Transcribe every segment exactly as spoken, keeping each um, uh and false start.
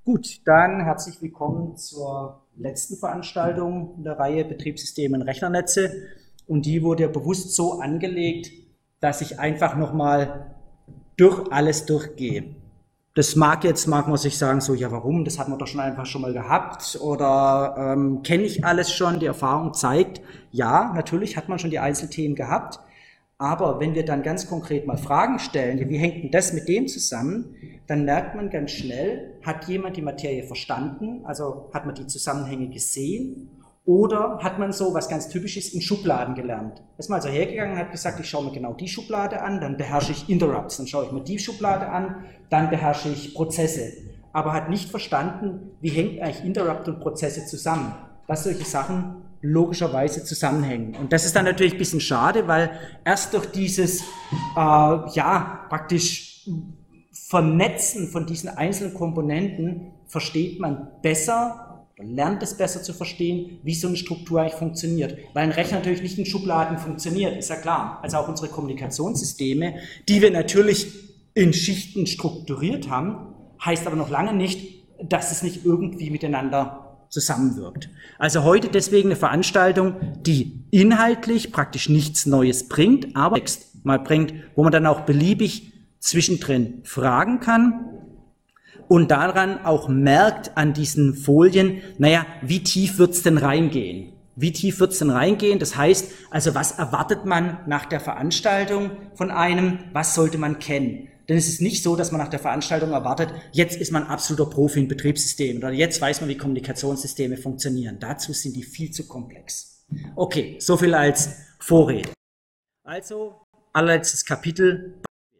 Gut, dann herzlich willkommen zur letzten Veranstaltung in der Reihe Betriebssysteme und Rechnernetze. Und die wurde ja bewusst so angelegt, dass ich einfach nochmal durch alles durchgehe. Das mag jetzt, mag man sich sagen, so, ja warum, das hat man doch schon einfach schon mal gehabt oder ähm, kenne ich alles schon, die Erfahrung zeigt, ja, natürlich hat man schon die Einzelthemen gehabt, aber wenn wir dann ganz konkret mal Fragen stellen, wie hängt denn das mit dem zusammen, dann merkt man ganz schnell, hat jemand die Materie verstanden, also hat man die Zusammenhänge gesehen oder hat man so, was ganz typisch ist, in Schubladen gelernt. Ist man also hergegangen und hat gesagt, ich schaue mir genau die Schublade an, dann beherrsche ich Interrupts, dann schaue ich mir die Schublade an, dann beherrsche ich Prozesse, aber hat nicht verstanden, wie hängt eigentlich Interrupt und Prozesse zusammen, dass solche Sachen logischerweise zusammenhängen. Und das ist dann natürlich ein bisschen schade, weil erst durch dieses, äh, ja, praktisch Vernetzen von diesen einzelnen Komponenten versteht man besser, lernt es besser zu verstehen, wie so eine Struktur eigentlich funktioniert. Weil ein Rechner natürlich nicht in Schubladen funktioniert, ist ja klar. Also auch unsere Kommunikationssysteme, die wir natürlich in Schichten strukturiert haben, heißt aber noch lange nicht, dass es nicht irgendwie miteinander zusammenwirkt. Also heute deswegen eine Veranstaltung, die inhaltlich praktisch nichts Neues bringt, aber Text mal bringt, wo man dann auch beliebig zwischendrin fragen kann und daran auch merkt an diesen Folien, naja, wie tief wird's denn reingehen? Wie tief wird's denn reingehen? Das heißt, also was erwartet man nach der Veranstaltung von einem? Was sollte man kennen? Denn es ist nicht so, dass man nach der Veranstaltung erwartet, jetzt ist man absoluter Profi in Betriebssystemen oder jetzt weiß man, wie Kommunikationssysteme funktionieren. Dazu sind die viel zu komplex. Okay, so viel als Vorrede. Also, allerletztes Kapitel.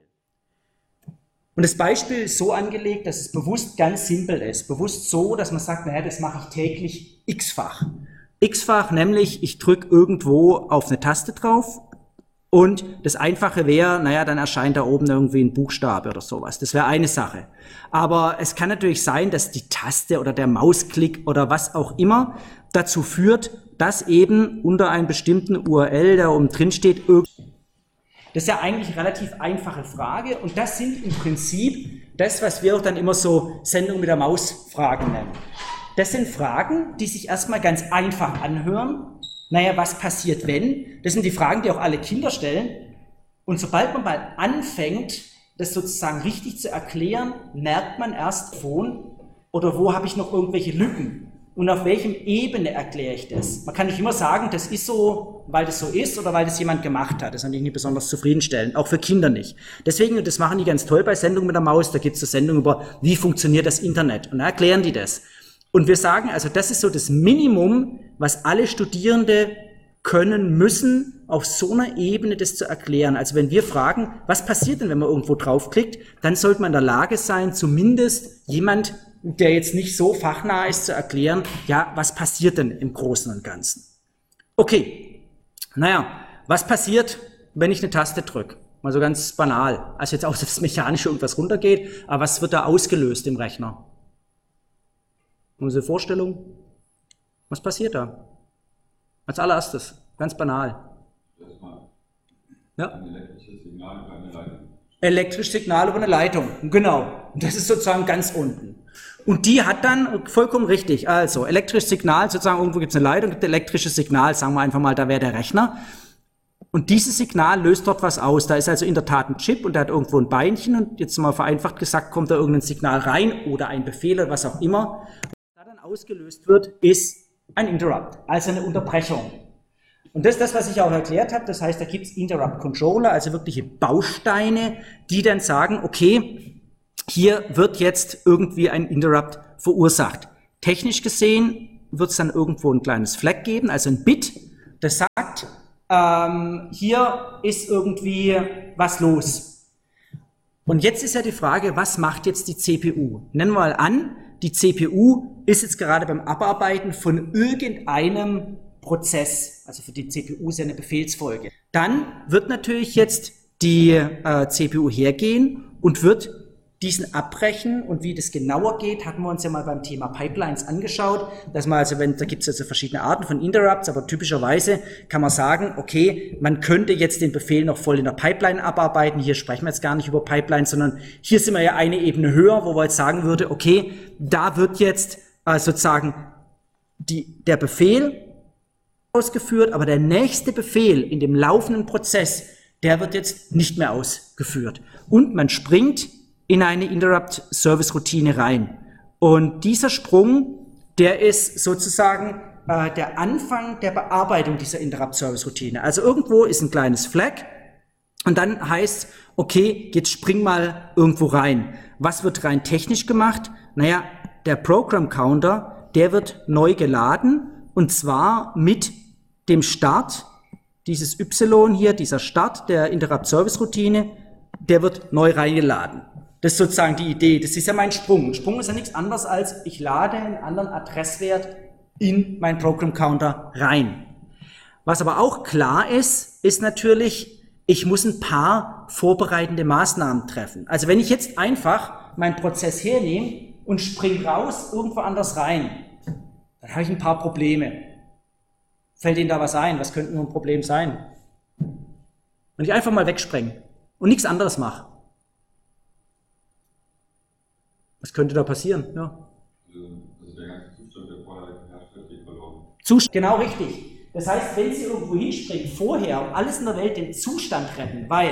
Und das Beispiel ist so angelegt, dass es bewusst ganz simpel ist. Bewusst so, dass man sagt, naja, das mache ich täglich x-fach. X-fach, nämlich ich drücke irgendwo auf eine Taste drauf. Und das Einfache wäre, naja, dann erscheint da oben irgendwie ein Buchstabe oder sowas. Das wäre eine Sache. Aber es kann natürlich sein, dass die Taste oder der Mausklick oder was auch immer dazu führt, dass eben unter einem bestimmten U R L, der oben drin steht, das ist ja eigentlich eine relativ einfache Frage und das sind im Prinzip das, was wir auch dann immer so Sendung mit der Maus Fragen nennen. Das sind Fragen, die sich erstmal ganz einfach anhören. Naja, was passiert, wenn? Das sind die Fragen, die auch alle Kinder stellen. Und sobald man mal anfängt, das sozusagen richtig zu erklären, merkt man erst von, oder wo habe ich noch irgendwelche Lücken? Und auf welchem Ebene erkläre ich das? Man kann nicht immer sagen, das ist so, weil das so ist oder weil das jemand gemacht hat. Das ist natürlich nicht besonders zufriedenstellend, auch für Kinder nicht. Deswegen, und das machen die ganz toll bei Sendung mit der Maus, da gibt es eine Sendung über, wie funktioniert das Internet? Und da erklären die das. Und wir sagen, also das ist so das Minimum, was alle Studierende können müssen, auf so einer Ebene das zu erklären. Also wenn wir fragen, was passiert denn, wenn man irgendwo draufklickt, dann sollte man in der Lage sein, zumindest jemand, der jetzt nicht so fachnah ist, zu erklären, ja, was passiert denn im Großen und Ganzen? Okay, naja, was passiert, wenn ich eine Taste drücke? Mal so ganz banal. Also jetzt auch, dass mechanisch irgendwas runtergeht, aber was wird da ausgelöst im Rechner? Unsere Vorstellung, was passiert da? Als allererstes, ganz banal. Ja? Ein elektrisches Signal über eine Leitung. Elektrisches Signal über eine Leitung, genau. Und das ist sozusagen ganz unten. Und die hat dann, vollkommen richtig, also elektrisches Signal, sozusagen irgendwo gibt es eine Leitung, gibt elektrisches Signal, sagen wir einfach mal, da wäre der Rechner. Und dieses Signal löst dort was aus. Da ist also in der Tat ein Chip und der hat irgendwo ein Beinchen und jetzt mal vereinfacht gesagt, kommt da irgendein Signal rein oder ein Befehl oder was auch immer. Ausgelöst wird, ist ein Interrupt, also eine Unterbrechung. Und das ist das, was ich auch erklärt habe, das heißt, da gibt es Interrupt Controller, also wirkliche Bausteine, die dann sagen, okay, hier wird jetzt irgendwie ein Interrupt verursacht. Technisch gesehen wird es dann irgendwo ein kleines Flag geben, also ein Bit, das sagt, ähm, hier ist irgendwie was los. Und jetzt ist ja die Frage, was macht jetzt die C P U? Nennen wir mal an, die C P U ist jetzt gerade beim Abarbeiten von irgendeinem Prozess, also für die C P U ist ja eine Befehlsfolge. Dann wird natürlich jetzt die äh, C P U hergehen und wird diesen abbrechen und wie das genauer geht, hatten wir uns ja mal beim Thema Pipelines angeschaut, dass man also, wenn, da gibt es also verschiedene Arten von Interrupts, aber typischerweise kann man sagen, okay, man könnte jetzt den Befehl noch voll in der Pipeline abarbeiten, hier sprechen wir jetzt gar nicht über Pipelines, sondern hier sind wir ja eine Ebene höher, wo wir jetzt sagen würde, okay, da wird jetzt äh, sozusagen die, der Befehl ausgeführt, aber der nächste Befehl in dem laufenden Prozess, der wird jetzt nicht mehr ausgeführt. Und man springt in eine Interrupt-Service-Routine rein. Und dieser Sprung, der ist sozusagen äh, der Anfang der Bearbeitung dieser Interrupt-Service-Routine. Also irgendwo ist ein kleines Flag und dann heißt, okay, jetzt spring mal irgendwo rein. Was wird rein technisch gemacht? Naja, der Program-Counter, der wird neu geladen und zwar mit dem Start, dieses Y hier, dieser Start der Interrupt-Service-Routine, der wird neu reingeladen. Das ist sozusagen die Idee. Das ist ja mein Sprung. Ein Sprung ist ja nichts anderes als, ich lade einen anderen Adresswert in meinen Program Counter rein. Was aber auch klar ist, ist natürlich, ich muss ein paar vorbereitende Maßnahmen treffen. Also wenn ich jetzt einfach meinen Prozess hernehme und springe raus, irgendwo anders rein, dann habe ich ein paar Probleme. Fällt Ihnen da was ein? Was könnte nur ein Problem sein? Wenn ich einfach mal wegsprenge und nichts anderes mache. Was könnte da passieren? Ja. Also der ganze Zustand, der vorher geherrscht hat, geht verloren. Zustand, genau richtig. Das heißt, wenn Sie irgendwo hinspringen, vorher und alles in der Welt den Zustand retten, weil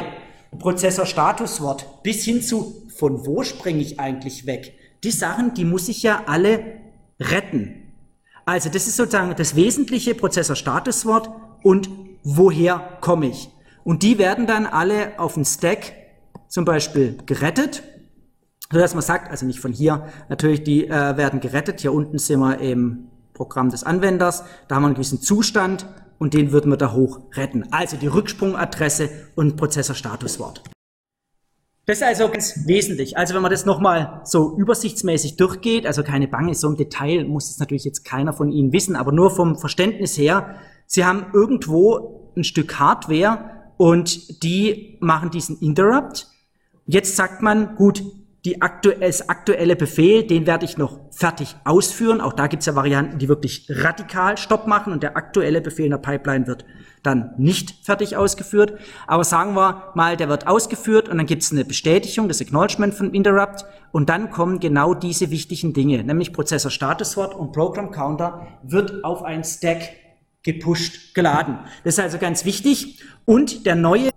Prozessor-Statuswort bis hin zu, von wo springe ich eigentlich weg? Die Sachen, die muss ich ja alle retten. Also das ist sozusagen das wesentliche Prozessor-Statuswort und woher komme ich? Und die werden dann alle auf den Stack zum Beispiel gerettet, sodass man sagt, also nicht von hier, natürlich, die äh, werden gerettet. Hier unten sind wir im Programm des Anwenders, da haben wir einen gewissen Zustand und den würden wir da hoch retten. Also die Rücksprungadresse und Prozessor-Statuswort. Das ist also ganz wesentlich. Also wenn man das nochmal so übersichtsmäßig durchgeht, also keine Bange, so im Detail muss es natürlich jetzt keiner von Ihnen wissen, aber nur vom Verständnis her, Sie haben irgendwo ein Stück Hardware und die machen diesen Interrupt. Jetzt sagt man, gut, die aktuell, das aktuelle Befehl, den werde ich noch fertig ausführen. Auch da gibt es ja Varianten, die wirklich radikal Stopp machen und der aktuelle Befehl in der Pipeline wird dann nicht fertig ausgeführt. Aber sagen wir mal, der wird ausgeführt und dann gibt es eine Bestätigung, das Acknowledgement von Interrupt und dann kommen genau diese wichtigen Dinge, nämlich Prozessor-Statuswort und Program-Counter wird auf einen Stack gepusht, geladen. Das ist also ganz wichtig und der neue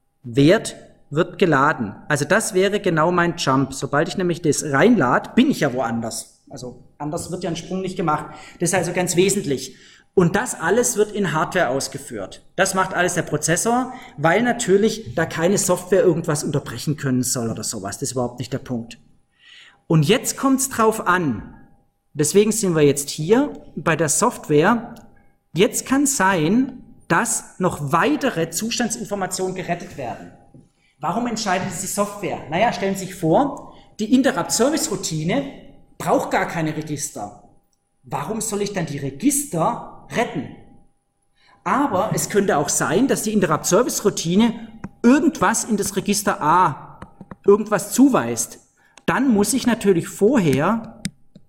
Wert wird geladen. Also das wäre genau mein Jump. Sobald ich nämlich das reinlade, bin ich ja woanders. Also anders wird ja ein Sprung nicht gemacht. Das ist also ganz wesentlich. Und das alles wird in Hardware ausgeführt. Das macht alles der Prozessor, weil natürlich da keine Software irgendwas unterbrechen können soll oder sowas. Das ist überhaupt nicht der Punkt. Und jetzt kommt es drauf an. Deswegen sind wir jetzt hier bei der Software. Jetzt kann es sein, dass noch weitere Zustandsinformationen gerettet werden. Warum entscheidet die Software? Naja, stellen Sie sich vor, die Interrupt-Service-Routine braucht gar keine Register. Warum soll ich dann die Register retten? Aber es könnte auch sein, dass die Interrupt-Service-Routine irgendwas in das Register A, irgendwas zuweist. Dann muss ich natürlich vorher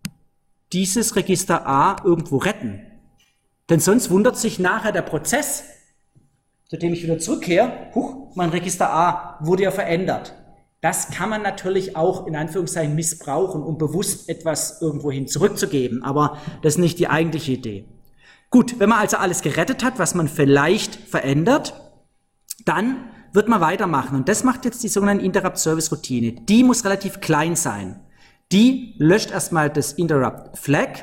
dieses Register A irgendwo retten. Denn sonst wundert sich nachher der Prozess, zu dem ich wieder zurückkehre, huch, mein Register A wurde ja verändert. Das kann man natürlich auch in Anführungszeichen missbrauchen, um bewusst etwas irgendwohin zurückzugeben, aber das ist nicht die eigentliche Idee. Gut, wenn man also alles gerettet hat, was man vielleicht verändert, dann wird man weitermachen und das macht jetzt die sogenannte Interrupt-Service-Routine. Die muss relativ klein sein. Die löscht erstmal das Interrupt-Flag,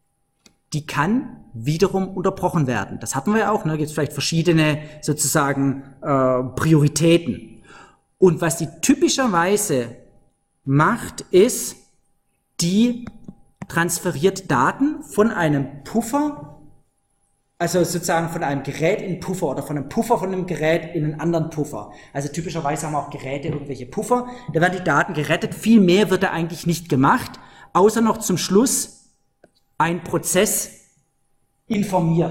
die kann wiederum unterbrochen werden. Das hatten wir ja auch, ne? Gibt es vielleicht verschiedene sozusagen äh, Prioritäten. Und was die typischerweise macht, ist, die transferiert Daten von einem Puffer, also sozusagen von einem Gerät in einen Puffer oder von einem Puffer von einem Gerät in einen anderen Puffer. Also typischerweise haben auch Geräte irgendwelche Puffer, da werden die Daten gerettet. Viel mehr wird da eigentlich nicht gemacht, außer noch zum Schluss ein Prozess informiert.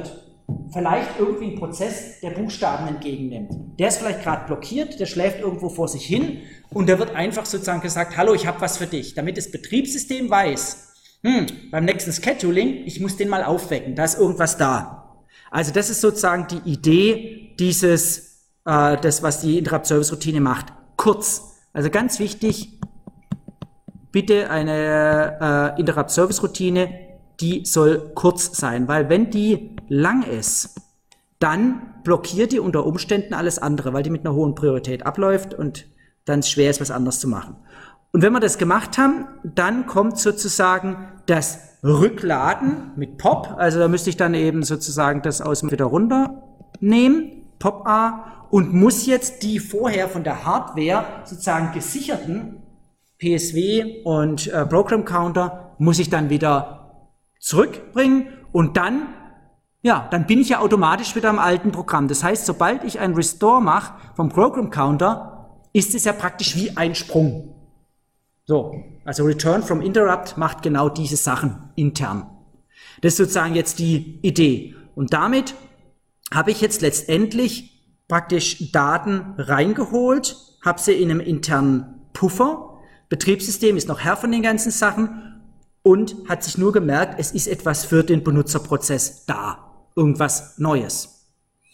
vielleicht irgendwie ein Prozess, der Buchstaben entgegennimmt. Der ist vielleicht gerade blockiert, der schläft irgendwo vor sich hin und da wird einfach sozusagen gesagt, hallo, ich habe was für dich, damit das Betriebssystem weiß, hm, beim nächsten Scheduling, ich muss den mal aufwecken, da ist irgendwas da. Also das ist sozusagen die Idee dieses, äh, das, was die Interrupt-Service-Routine macht. Kurz, also ganz wichtig, bitte eine äh, Interrupt-Service-Routine, die soll kurz sein, weil wenn die lang ist, dann blockiert die unter Umständen alles andere, weil die mit einer hohen Priorität abläuft und dann es schwer ist, was anderes zu machen. Und wenn wir das gemacht haben, dann kommt sozusagen das Rückladen mit Pop, also da müsste ich dann eben sozusagen das aus dem wieder runternehmen, Pop A, und muss jetzt die vorher von der Hardware sozusagen gesicherten P S W und äh, Program Counter muss ich dann wieder zurückbringen und dann, ja, dann bin ich ja automatisch wieder im alten Programm. Das heißt, sobald ich ein Restore mache vom Program Counter, ist es ja praktisch wie ein Sprung. So, also Return from Interrupt macht genau diese Sachen intern. Das ist sozusagen jetzt die Idee. Und damit habe ich jetzt letztendlich praktisch Daten reingeholt, habe sie in einem internen Puffer. Betriebssystem ist noch Herr von den ganzen Sachen und hat sich nur gemerkt, es ist etwas für den Benutzerprozess da, irgendwas Neues.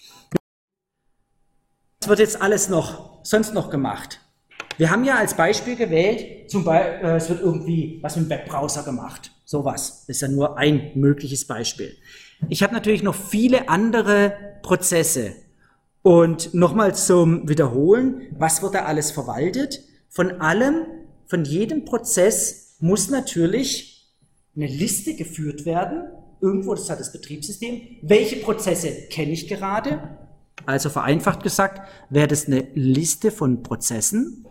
Was wird jetzt alles noch, sonst noch gemacht? Wir haben ja als Beispiel gewählt, zum Beispiel, äh, es wird irgendwie was mit dem Webbrowser gemacht, sowas. Das ist ja nur ein mögliches Beispiel. Ich habe natürlich noch viele andere Prozesse und nochmal zum Wiederholen, was wird da alles verwaltet? Von allem, von jedem Prozess muss natürlich eine Liste geführt werden, irgendwo, das hat das Betriebssystem, welche Prozesse kenne ich gerade, also vereinfacht gesagt, wäre das eine Liste von Prozessen,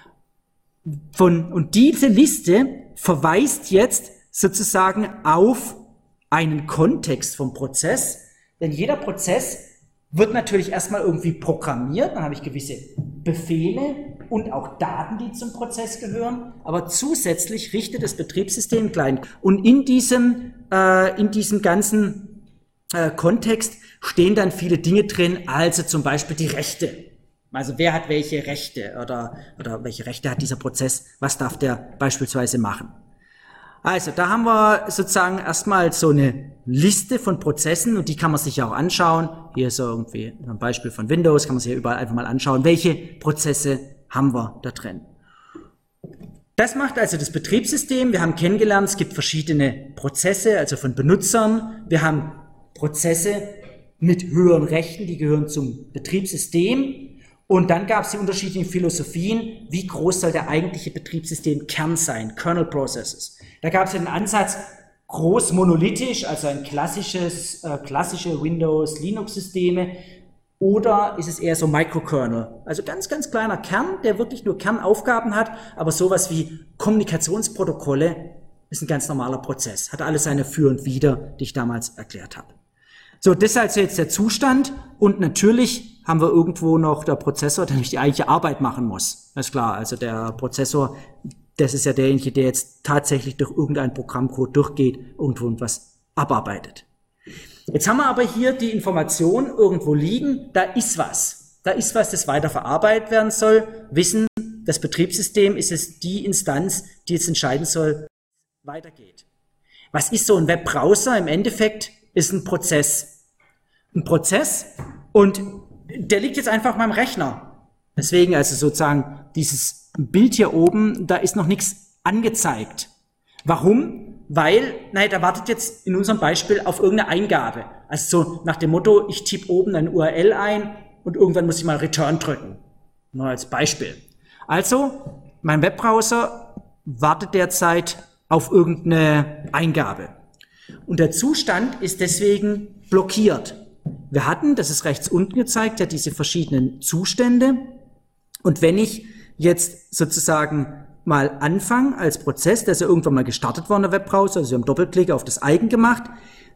von, und diese Liste verweist jetzt sozusagen auf einen Kontext vom Prozess, denn jeder Prozess wird natürlich erstmal irgendwie programmiert, dann habe ich gewisse Befehle und auch Daten, die zum Prozess gehören, aber zusätzlich richtet das Betriebssystem klein. Und in diesem, äh, in diesem ganzen äh, Kontext stehen dann viele Dinge drin, also zum Beispiel die Rechte. Also wer hat welche Rechte oder, oder welche Rechte hat dieser Prozess, was darf der beispielsweise machen. Also da haben wir sozusagen erstmal so eine Liste von Prozessen und die kann man sich auch anschauen. Hier ist so irgendwie ein Beispiel von Windows, kann man sich hier überall einfach mal anschauen, welche Prozesse haben wir da drin. Das macht also das Betriebssystem. Wir haben kennengelernt, es gibt verschiedene Prozesse, also von Benutzern. Wir haben Prozesse mit höheren Rechten, die gehören zum Betriebssystem. Und dann gab es die unterschiedlichen Philosophien, wie groß soll der eigentliche Betriebssystemkern sein, Kernel Processes. Da gab es den Ansatz, groß monolithisch, also ein klassisches, äh, klassische Windows-Linux-Systeme, oder ist es eher so Microkernel, also ganz, ganz kleiner Kern, der wirklich nur Kernaufgaben hat, aber sowas wie Kommunikationsprotokolle ist ein ganz normaler Prozess, hat alles seine Für und Wider, die ich damals erklärt habe. So, das ist also jetzt der Zustand und natürlich haben wir irgendwo noch der Prozessor, der nämlich die eigentliche Arbeit machen muss. Das ist klar, also der Prozessor, das ist ja derjenige, der jetzt tatsächlich durch irgendeinen Programmcode durchgeht, irgendwo und was abarbeitet. Jetzt haben wir aber hier die Information irgendwo liegen, da ist was. Da ist was, das weiter verarbeitet werden soll. Wissen, das Betriebssystem ist es die Instanz, die jetzt entscheiden soll, weitergeht. Was ist so ein Webbrowser? Im Endeffekt ist ein Prozess. Ein Prozess und der liegt jetzt einfach mal im Rechner. Deswegen also sozusagen dieses Bild hier oben, da ist noch nichts angezeigt. Warum? Weil, naja, der wartet jetzt in unserem Beispiel auf irgendeine Eingabe. Also so nach dem Motto, ich tippe oben eine U R L ein und irgendwann muss ich mal Return drücken. Nur als Beispiel. Also, mein Webbrowser wartet derzeit auf irgendeine Eingabe. Und der Zustand ist deswegen blockiert. Wir hatten, das ist rechts unten gezeigt, ja diese verschiedenen Zustände. Und wenn ich jetzt sozusagen mal anfange als Prozess, der ist ja irgendwann mal gestartet worden, der Webbrowser, also wir haben Doppelklick auf das Icon gemacht,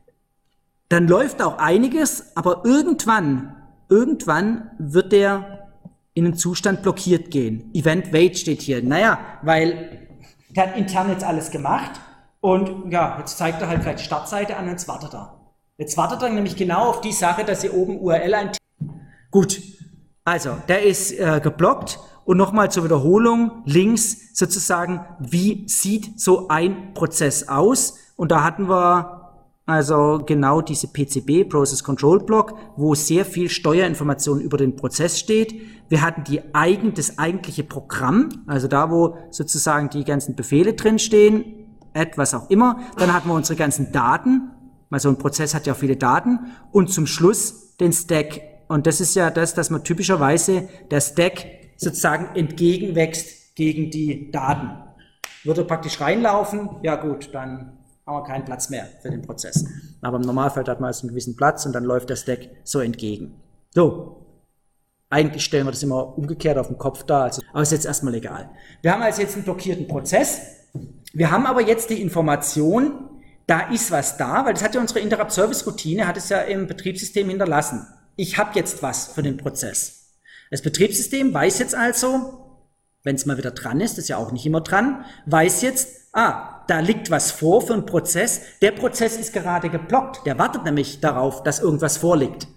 dann läuft auch einiges, aber irgendwann, irgendwann wird der in einen Zustand blockiert gehen. Event Wait steht hier. Naja, weil der hat intern jetzt alles gemacht und ja, jetzt zeigt er halt vielleicht die Startseite an und jetzt wartet er. Jetzt wartet er nämlich genau auf die Sache, dass Sie oben U R L eintippen. Gut, also der ist äh, geblockt und nochmal zur Wiederholung links sozusagen, wie sieht so ein Prozess aus? Und da hatten wir also genau diese P C B, Process Control Block, wo sehr viel Steuerinformation über den Prozess steht. Wir hatten die eigen, das eigentliche Programm, also da, wo sozusagen die ganzen Befehle drin stehen, add, was auch immer. Dann hatten wir unsere ganzen Daten, weil so ein Prozess hat ja viele Daten. Und zum Schluss den Stack. Und das ist ja das, dass man typischerweise der Stack sozusagen entgegenwächst gegen die Daten. Würde praktisch reinlaufen, ja gut, dann haben wir keinen Platz mehr für den Prozess. Aber im Normalfall hat man also einen gewissen Platz und dann läuft der Stack so entgegen. So, eigentlich stellen wir das immer umgekehrt auf den Kopf dar, also, aber ist jetzt erstmal egal. Wir haben also jetzt einen blockierten Prozess. Wir haben aber jetzt die Information, da ist was da, weil das hat ja unsere Interrupt-Service-Routine, hat es ja im Betriebssystem hinterlassen. Ich habe jetzt was für den Prozess. Das Betriebssystem weiß jetzt also, wenn es mal wieder dran ist, ist ja auch nicht immer dran, weiß jetzt, ah, da liegt was vor für einen Prozess. Der Prozess ist gerade geblockt. Der wartet nämlich darauf, dass irgendwas vorliegt.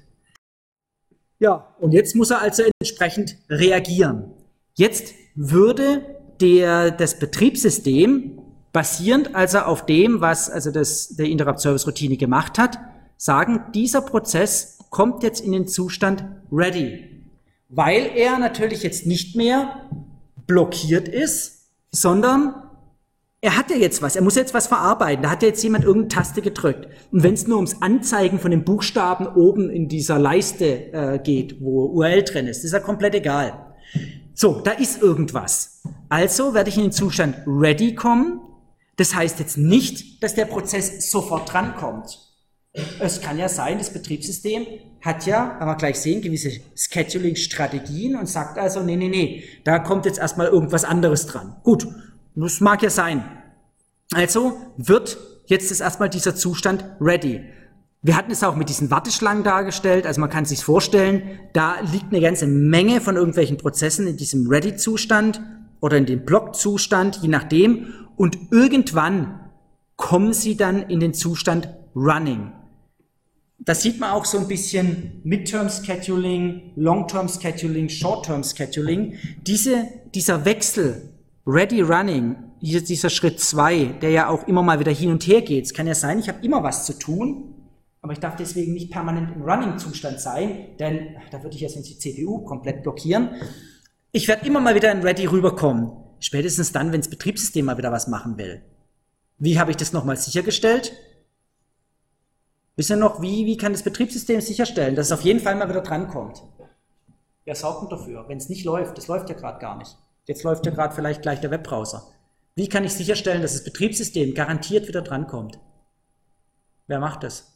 Ja, und jetzt muss er also entsprechend reagieren. Jetzt würde der, das Betriebssystem, basierend also auf dem, was also das, der Interrupt-Service-Routine gemacht hat, sagen, dieser Prozess kommt jetzt in den Zustand ready. Weil er natürlich jetzt nicht mehr blockiert ist, sondern er hat ja jetzt was, er muss jetzt was verarbeiten, da hat ja jetzt jemand irgendeine Taste gedrückt. Und wenn es nur ums Anzeigen von den Buchstaben oben in dieser Leiste äh, geht, wo U R L drin ist, ist ja komplett egal. So, da ist irgendwas. Also werde ich in den Zustand ready kommen. Das heißt jetzt nicht, dass der Prozess sofort drankommt. Es kann ja sein, das Betriebssystem hat ja, werden wir gleich sehen, gewisse Scheduling-Strategien und sagt also, nee, nee, nee, da kommt jetzt erstmal irgendwas anderes dran. Gut. Das mag ja sein. Also wird jetzt ist erstmal dieser Zustand ready. Wir hatten es auch mit diesen Warteschlangen dargestellt, also man kann sich vorstellen, da liegt eine ganze Menge von irgendwelchen Prozessen in diesem Ready-Zustand oder in dem Block-Zustand, je nachdem, und irgendwann kommen sie dann in den Zustand Running. Das sieht man auch so ein bisschen Midterm-Scheduling, Long-Term-Scheduling, Short-Term-Scheduling. Diese, dieser Wechsel Ready Running, hier dieser Schritt zwei, der ja auch immer mal wieder hin und her geht. Es kann ja sein, ich habe immer was zu tun, aber ich darf deswegen nicht permanent im Running-Zustand sein, denn da würde ich ja sonst die C P U komplett blockieren. Ich werde immer mal wieder in Ready rüberkommen, spätestens dann, wenn das Betriebssystem mal wieder was machen will. Wie habe ich das nochmal sichergestellt? Wisst ihr noch, wie, wie kann das Betriebssystem sicherstellen, dass es auf jeden Fall mal wieder drankommt? Wer sorgt denn dafür, wenn es nicht läuft? Das läuft ja gerade gar nicht. Jetzt läuft ja gerade vielleicht gleich der Webbrowser. Wie kann ich sicherstellen, dass das Betriebssystem garantiert wieder drankommt? Wer macht das?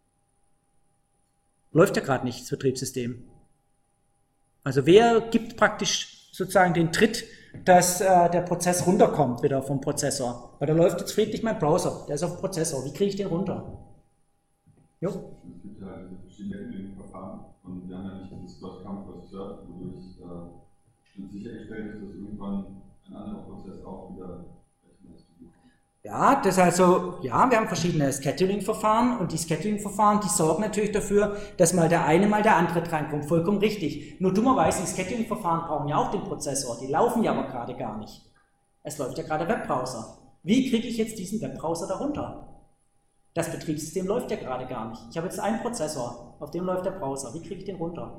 Läuft ja gerade nicht, das Betriebssystem. Also wer gibt praktisch sozusagen den Tritt, dass äh, der Prozess runterkommt wieder vom Prozessor? Weil da läuft jetzt friedlich mein Browser, der ist auf dem Prozessor. Wie kriege ich den runter? Jo? Es gibt ja verschiedene Verfahren und wir haben ja nicht dieses First Come, First Serve, wodurch äh, sichergestellt ist, dass irgendwann ein anderer Prozess auch wieder. Ja, das also, ja, wir haben verschiedene Scheduling-Verfahren und die Scheduling-Verfahren, die sorgen natürlich dafür, dass mal der eine, mal der andere reinkommt. Vollkommen richtig. Nur dummerweise, die Scheduling-Verfahren brauchen ja auch den Prozessor, die laufen ja aber gerade gar nicht. Es läuft ja gerade Webbrowser. Wie kriege ich jetzt diesen Webbrowser darunter? Das Betriebssystem läuft ja gerade gar nicht. Ich habe jetzt einen Prozessor, auf dem läuft der Browser. Wie kriege ich den runter?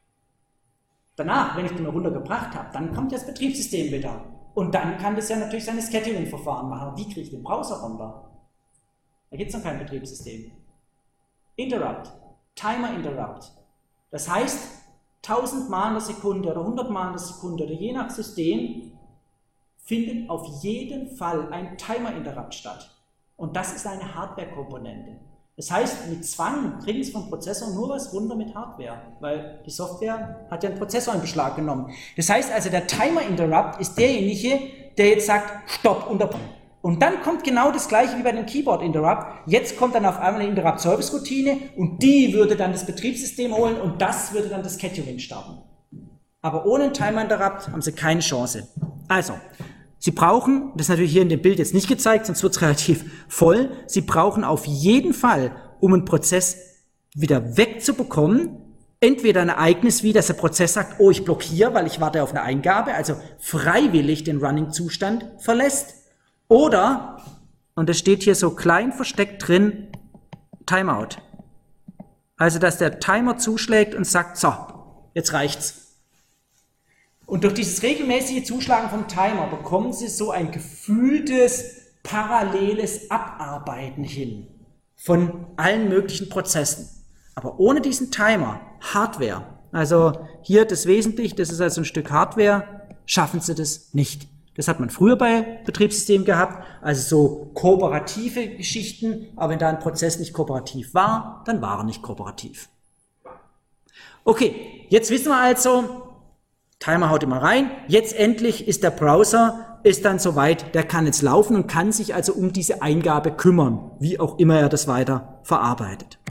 Danach, wenn ich den runtergebracht habe, dann kommt das Betriebssystem wieder. Und dann kann das ja natürlich seine Scheduling-Verfahren machen. Wie kriege ich den Browser runter? Da gibt es noch kein Betriebssystem. Interrupt, Timer Interrupt. Das heißt, tausend Mal in der Sekunde oder hundert Mal in der Sekunde oder je nach System findet auf jeden Fall ein Timer Interrupt statt. Und das ist eine Hardware-Komponente. Das heißt, mit Zwang kriegen Sie vom Prozessor nur was runter mit Hardware, weil die Software hat ja einen Prozessor in Beschlag genommen. Das heißt also, der Timer Interrupt ist derjenige, der jetzt sagt, Stopp, unterbrechen. Und dann kommt genau das gleiche wie bei dem Keyboard Interrupt. Jetzt kommt dann auf einmal eine Interrupt-Service-Routine und die würde dann das Betriebssystem holen und das würde dann das Scheduling starten. Aber ohne einen Timer Interrupt haben Sie keine Chance. Also, Sie brauchen, das ist natürlich hier in dem Bild jetzt nicht gezeigt, sonst wird es relativ voll, Sie brauchen auf jeden Fall, um einen Prozess wieder wegzubekommen, entweder ein Ereignis wie, dass der Prozess sagt, oh, ich blockiere, weil ich warte auf eine Eingabe, also freiwillig den Running-Zustand verlässt, oder, und das steht hier so klein versteckt drin, Timeout. Also, dass der Timer zuschlägt und sagt, so, jetzt reicht's. Und durch dieses regelmäßige Zuschlagen vom Timer bekommen Sie so ein gefühltes, paralleles Abarbeiten hin von allen möglichen Prozessen. Aber ohne diesen Timer, Hardware, also hier das Wesentliche, das ist also ein Stück Hardware, schaffen Sie das nicht. Das hat man früher bei Betriebssystemen gehabt, also so kooperative Geschichten, aber wenn da ein Prozess nicht kooperativ war, dann war er nicht kooperativ. Okay, jetzt wissen wir also, Timer haut immer rein, jetzt endlich ist der Browser, ist dann soweit, der kann jetzt laufen und kann sich also um diese Eingabe kümmern, wie auch immer er das weiter verarbeitet.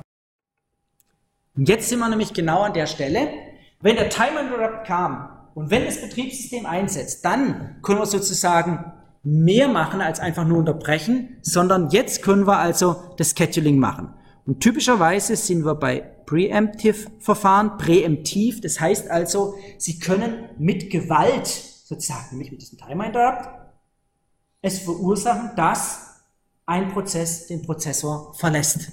Und jetzt sind wir nämlich genau an der Stelle, wenn der Timer Interrupt kam und wenn das Betriebssystem einsetzt, dann können wir sozusagen mehr machen als einfach nur unterbrechen, sondern jetzt können wir also das Scheduling machen. Und typischerweise sind wir bei Preemptive-Verfahren, präemptiv, das heißt also, Sie können mit Gewalt, sozusagen nämlich mit diesem Timer Interrupt, es verursachen, dass ein Prozess den Prozessor verlässt.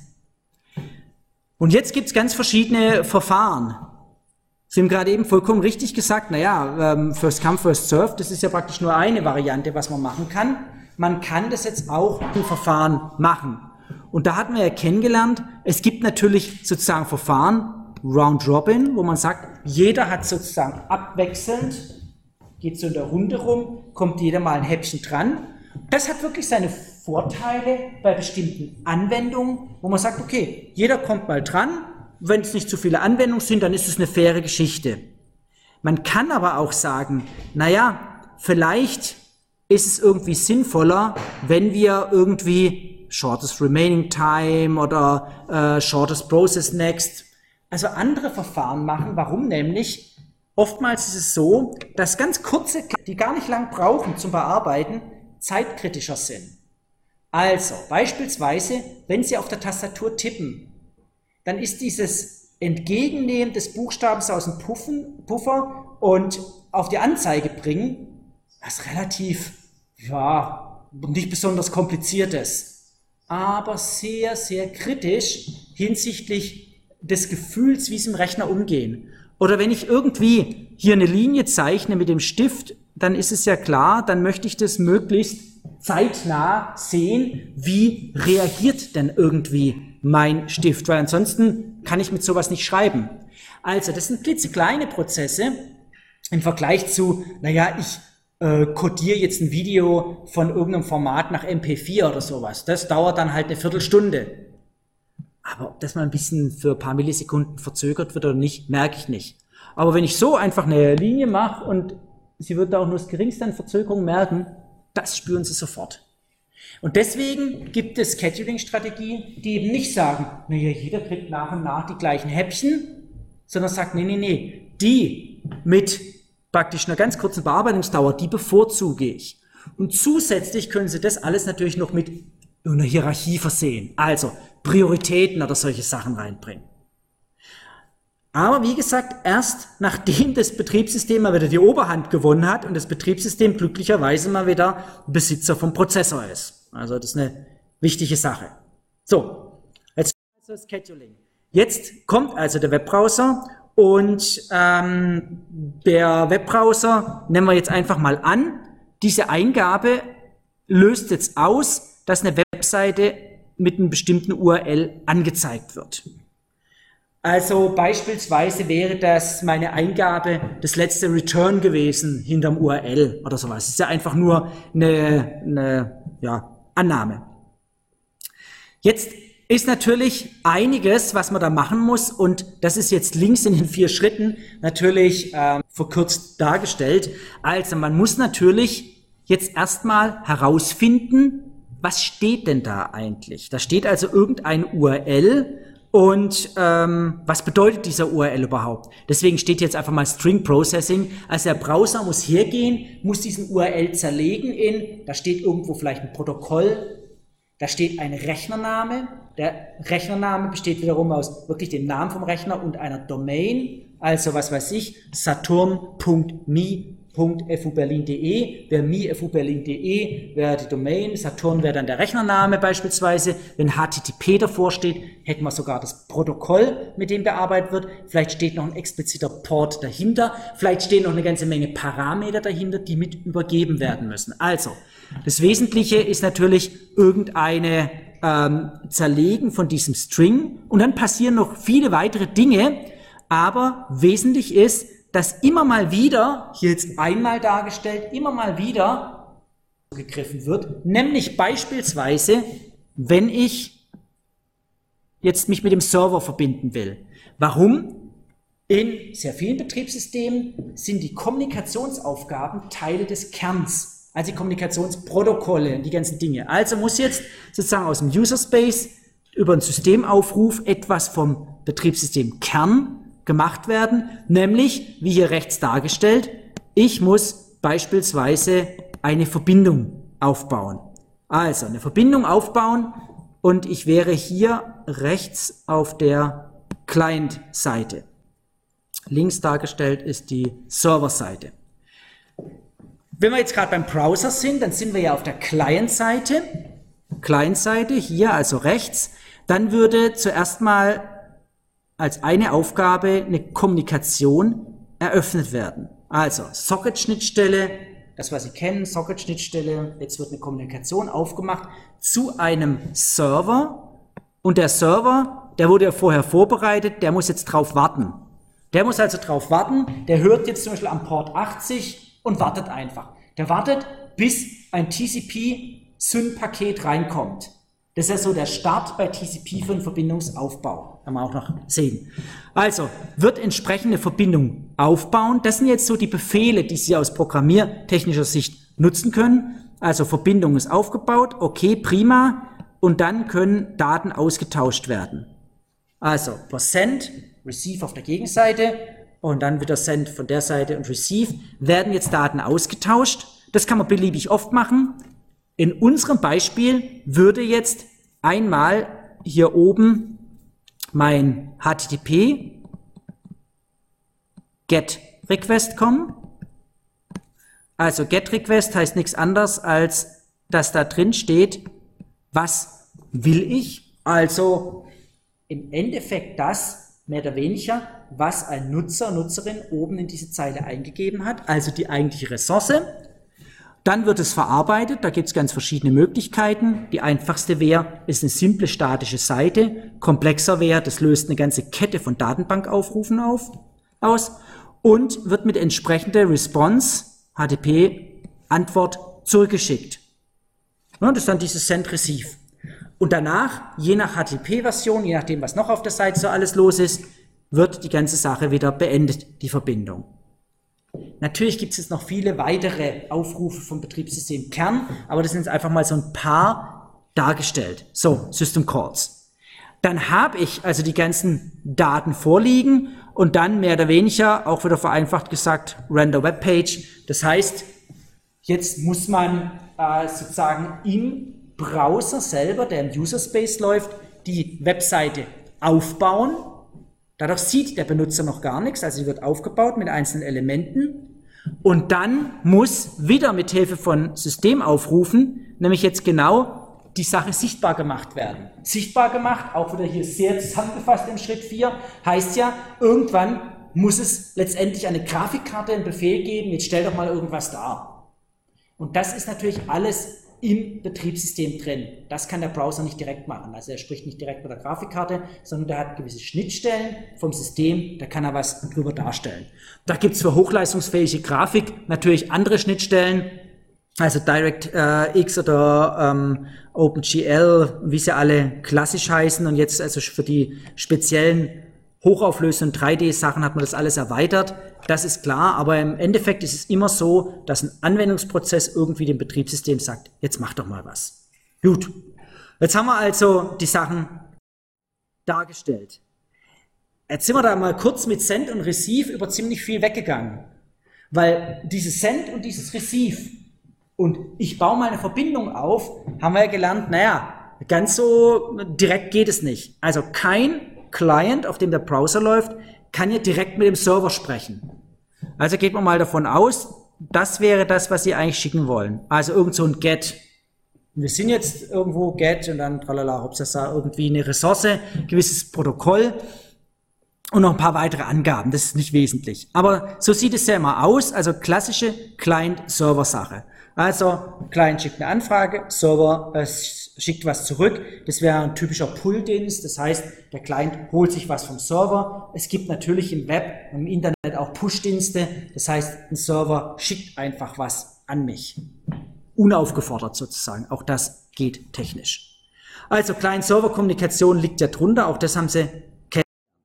Und jetzt gibt es ganz verschiedene Verfahren. Sie haben gerade eben vollkommen richtig gesagt, naja, First Come, First Serve, das ist ja praktisch nur eine Variante, was man machen kann. Man kann das jetzt auch im Verfahren machen. Und da hatten wir ja kennengelernt, es gibt natürlich sozusagen Verfahren, Round Robin, wo man sagt, jeder hat sozusagen abwechselnd, geht so in der Runde rum, kommt jeder mal ein Häppchen dran. Das hat wirklich seine Vorteile bei bestimmten Anwendungen, wo man sagt, okay, jeder kommt mal dran, wenn es nicht zu viele Anwendungen sind, dann ist es eine faire Geschichte. Man kann aber auch sagen, naja, vielleicht ist es irgendwie sinnvoller, wenn wir irgendwie Shortest Remaining Time oder äh, Shortest Process Next, also andere Verfahren machen. Warum nämlich? Oftmals ist es so, dass ganz kurze, die gar nicht lang brauchen zum Bearbeiten, zeitkritischer sind. Also, beispielsweise, wenn Sie auf der Tastatur tippen, dann ist dieses Entgegennehmen des Buchstabens aus dem Puffen, Puffer und auf die Anzeige bringen, was relativ, ja, nicht besonders kompliziertes, aber sehr, sehr kritisch hinsichtlich des Gefühls, wie es im Rechner umgehen. Oder wenn ich irgendwie hier eine Linie zeichne mit dem Stift, dann ist es ja klar, dann möchte ich das möglichst zeitnah sehen, wie reagiert denn irgendwie mein Stift, weil ansonsten kann ich mit sowas nicht schreiben. Also, das sind klitzekleine Prozesse im Vergleich zu, naja, ich äh, codiere jetzt ein Video von irgendeinem Format nach M P vier oder sowas. Das dauert dann halt eine Viertelstunde. Aber ob das mal ein bisschen für ein paar Millisekunden verzögert wird oder nicht, merke ich nicht. Aber wenn ich so einfach eine Linie mache und Sie wird da auch nur das geringste an Verzögerung merken, das spüren Sie sofort. Und deswegen gibt es Scheduling-Strategien, die eben nicht sagen, naja, jeder kriegt nach und nach die gleichen Häppchen, sondern sagt, nee, nee, nee, die mit praktisch einer ganz kurzen Bearbeitungsdauer, die bevorzuge ich. Und zusätzlich können Sie das alles natürlich noch mit einer Hierarchie versehen, also Prioritäten oder solche Sachen reinbringen. Aber wie gesagt, erst nachdem das Betriebssystem mal wieder die Oberhand gewonnen hat und das Betriebssystem glücklicherweise mal wieder Besitzer vom Prozessor ist. Also das ist eine wichtige Sache. So, jetzt also Scheduling. Jetzt kommt also der Webbrowser und ähm, der Webbrowser, nehmen wir jetzt einfach mal an, diese Eingabe löst jetzt aus, dass eine Webseite mit einem bestimmten U R L angezeigt wird. Also beispielsweise wäre das meine Eingabe, das letzte Return gewesen hinterm U R L oder sowas. Das ist ja einfach nur eine, eine ja, Annahme. Jetzt ist natürlich einiges, was man da machen muss, und das ist jetzt links in den vier Schritten natürlich äh, verkürzt dargestellt. Also man muss natürlich jetzt erstmal herausfinden, was steht denn da eigentlich? Da steht also irgendein U R L. Und ähm, was bedeutet dieser U R L überhaupt? Deswegen steht jetzt einfach mal String Processing. Also der Browser muss hergehen, muss diesen U R L zerlegen in, da steht irgendwo vielleicht ein Protokoll, Da steht ein Rechnername. Der Rechnername besteht wiederum aus wirklich dem Namen vom Rechner und einer Domain. Also was weiß ich, saturn punkt me punkt f u berlin punkt de, wäre me punkt f u berlin punkt de, wäre die Domain, Saturn wäre dann der Rechnername beispielsweise. Wenn H T T P davor steht, hätten wir sogar das Protokoll, mit dem bearbeitet wird. Vielleicht steht noch ein expliziter Port dahinter. Vielleicht stehen noch eine ganze Menge Parameter dahinter, die mit übergeben werden müssen. Also, das Wesentliche ist natürlich irgendeine ähm, Zerlegen von diesem String und dann passieren noch viele weitere Dinge, aber wesentlich ist, dass immer mal wieder, hier jetzt einmal dargestellt, immer mal wieder gegriffen wird, nämlich beispielsweise, wenn ich jetzt mich mit dem Server verbinden will. Warum? In sehr vielen Betriebssystemen sind die Kommunikationsaufgaben Teile des Kerns, also die Kommunikationsprotokolle, die ganzen Dinge. Also muss jetzt sozusagen aus dem User Space über einen Systemaufruf etwas vom Betriebssystem Kern gemacht werden, nämlich, wie hier rechts dargestellt, ich muss beispielsweise eine Verbindung aufbauen. Also eine Verbindung aufbauen und ich wäre hier rechts auf der Client-Seite. Links dargestellt ist die Server-Seite. Wenn wir jetzt gerade beim Browser sind, dann sind wir ja auf der Client-Seite. Client-Seite, hier also rechts. Dann würde zuerst mal als eine Aufgabe eine Kommunikation eröffnet werden. Also Socket-Schnittstelle, das was Sie kennen, Socket-Schnittstelle, jetzt wird eine Kommunikation aufgemacht zu einem Server und der Server, der wurde ja vorher vorbereitet, der muss jetzt drauf warten. Der muss also drauf warten, der hört jetzt zum Beispiel am Port achtzig und wartet einfach. Der wartet, bis ein T C P-S Y N-Paket reinkommt. Das ist ja so der Start bei T C P für einen Verbindungsaufbau. Kann man auch noch sehen. Also, wird entsprechende Verbindung aufbauen. Das sind jetzt so die Befehle, die Sie aus programmiertechnischer Sicht nutzen können. Also, Verbindung ist aufgebaut. Okay, prima. Und dann können Daten ausgetauscht werden. Also, per Send, Receive auf der Gegenseite und dann wieder Send von der Seite und Receive werden jetzt Daten ausgetauscht. Das kann man beliebig oft machen. In unserem Beispiel würde jetzt einmal hier oben mein H T T P Get Request kommen. Also Get Request heißt nichts anderes, als dass da drin steht, was will ich? Also im Endeffekt das, mehr oder weniger, was ein Nutzer, Nutzerin oben in diese Zeile eingegeben hat, also die eigentliche Ressource. Dann wird es verarbeitet, da gibt es ganz verschiedene Möglichkeiten. Die einfachste wäre, ist eine simple statische Seite. Komplexer wäre, das löst eine ganze Kette von Datenbankaufrufen auf, aus und wird mit entsprechender Response, H T T P-Antwort zurückgeschickt. Ja, das ist dann dieses Send-Receive. Und danach, je nach H T T P-Version, je nachdem, was noch auf der Seite so alles los ist, wird die ganze Sache wieder beendet, die Verbindung. Natürlich gibt es jetzt noch viele weitere Aufrufe vom Betriebssystem Kern, aber das sind jetzt einfach mal so ein paar dargestellt. So, System Calls. Dann habe ich also die ganzen Daten vorliegen und dann mehr oder weniger, auch wieder vereinfacht gesagt, Render Web Page. Das heißt, jetzt muss man äh, sozusagen im Browser selber, der im User Space läuft, die Webseite aufbauen. Dadurch sieht der Benutzer noch gar nichts, also sie wird aufgebaut mit einzelnen Elementen und dann muss wieder mit Hilfe von Systemaufrufen, nämlich jetzt genau die Sache sichtbar gemacht werden. Sichtbar gemacht, auch wieder hier sehr zusammengefasst im Schritt vier, heißt ja, irgendwann muss es letztendlich eine Grafikkarte, einen Befehl geben, jetzt stell doch mal irgendwas dar. Und das ist natürlich alles im Betriebssystem drin. Das kann der Browser nicht direkt machen. Also er spricht nicht direkt mit der Grafikkarte, sondern der hat gewisse Schnittstellen vom System, da kann er was drüber darstellen. Da gibt es für hochleistungsfähige Grafik natürlich andere Schnittstellen, also DirectX oder ähm, OpenGL, wie sie alle klassisch heißen. Und jetzt also für die speziellen hochauflösenden drei D-Sachen hat man das alles erweitert. Das ist klar, aber im Endeffekt ist es immer so, dass ein Anwendungsprozess irgendwie dem Betriebssystem sagt, jetzt mach doch mal was. Gut, jetzt haben wir also die Sachen dargestellt. Jetzt sind wir da mal kurz mit Send und Receive über ziemlich viel weggegangen, weil dieses Send und dieses Receive und ich baue mal eine Verbindung auf, haben wir ja gelernt, naja, ganz so direkt geht es nicht. Also kein Client, auf dem der Browser läuft, kann ja direkt mit dem Server sprechen. Also geht man mal davon aus, das wäre das, was Sie eigentlich schicken wollen. Also irgend so ein Get. Wir sind jetzt irgendwo Get und dann tralala, hopsasa, irgendwie eine Ressource, gewisses Protokoll und noch ein paar weitere Angaben. Das ist nicht wesentlich. Aber so sieht es ja immer aus. Also klassische Client-Server-Sache. Also Client schickt eine Anfrage, Server äh, schickt was zurück. Das wäre ein typischer Pull-Dienst. Das heißt, der Client holt sich was vom Server. Es gibt natürlich im Web und im Internet auch Push-Dienste. Das heißt, ein Server schickt einfach was an mich. Unaufgefordert sozusagen. Auch das geht technisch. Also Client-Server-Kommunikation liegt ja drunter. Auch das haben Sie kennengelernt.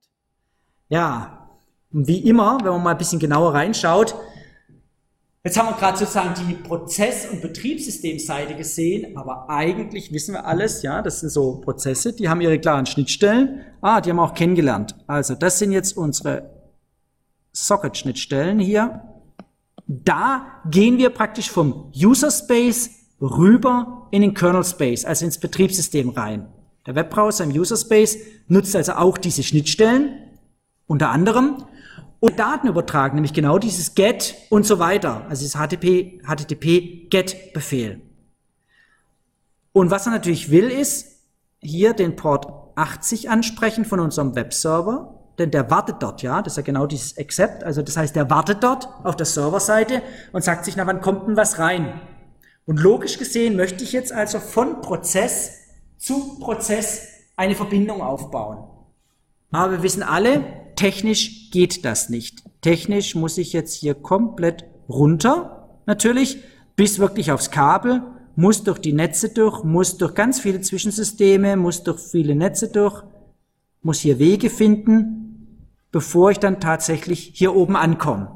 Ja, wie immer, wenn man mal ein bisschen genauer reinschaut, jetzt haben wir gerade sozusagen die Prozess- und Betriebssystemseite gesehen, aber eigentlich wissen wir alles, ja, das sind so Prozesse, die haben ihre klaren Schnittstellen. Ah, die haben wir auch kennengelernt. Also das sind jetzt unsere Socket-Schnittstellen hier. Da gehen wir praktisch vom User-Space rüber in den Kernel-Space, also ins Betriebssystem rein. Der Webbrowser im User-Space nutzt also auch diese Schnittstellen, unter anderem, und Daten übertragen, nämlich genau dieses Get und so weiter, also dieses H T T P Get-Befehl. Und was er natürlich will, ist hier den Port achtzig ansprechen von unserem Webserver, denn der wartet dort, ja, das ist ja genau dieses Accept, also das heißt, der wartet dort auf der Serverseite und sagt sich, na, wann kommt denn was rein? Und logisch gesehen möchte ich jetzt also von Prozess zu Prozess eine Verbindung aufbauen. Aber wir wissen alle, technisch geht das nicht. Technisch muss ich jetzt hier komplett runter, natürlich, bis wirklich aufs Kabel, muss durch die Netze durch, muss durch ganz viele Zwischensysteme, muss durch viele Netze durch, muss hier Wege finden, bevor ich dann tatsächlich hier oben ankomme.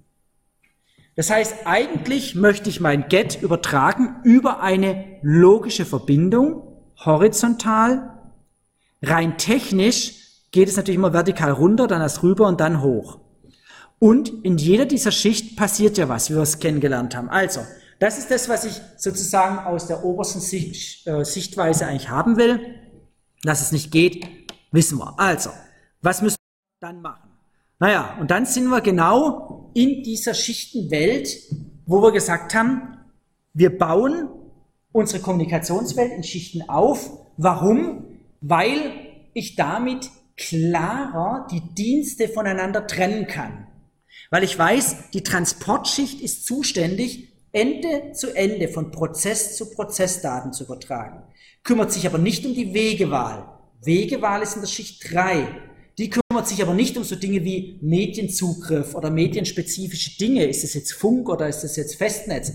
Das heißt, eigentlich möchte ich mein Get übertragen über eine logische Verbindung, horizontal. Rein technisch geht es natürlich immer vertikal runter, dann erst rüber und dann hoch. Und in jeder dieser Schicht passiert ja was, wie wir es kennengelernt haben. Also, das ist das, was ich sozusagen aus der obersten Sicht, äh, Sichtweise eigentlich haben will. Dass es nicht geht, wissen wir. Also, was müssen wir dann machen? Naja, und dann sind wir genau in dieser Schichtenwelt, wo wir gesagt haben, wir bauen unsere Kommunikationswelt in Schichten auf. Warum? Weil ich damit klarer die Dienste voneinander trennen kann. Weil ich weiß, die Transportschicht ist zuständig, Ende zu Ende von Prozess zu Prozess Daten zu übertragen. Kümmert sich aber nicht um die Wegewahl. Wegewahl ist in der Schicht drei. Die kümmert sich aber nicht um so Dinge wie Medienzugriff oder medienspezifische Dinge. Ist das jetzt Funk oder ist das jetzt Festnetz?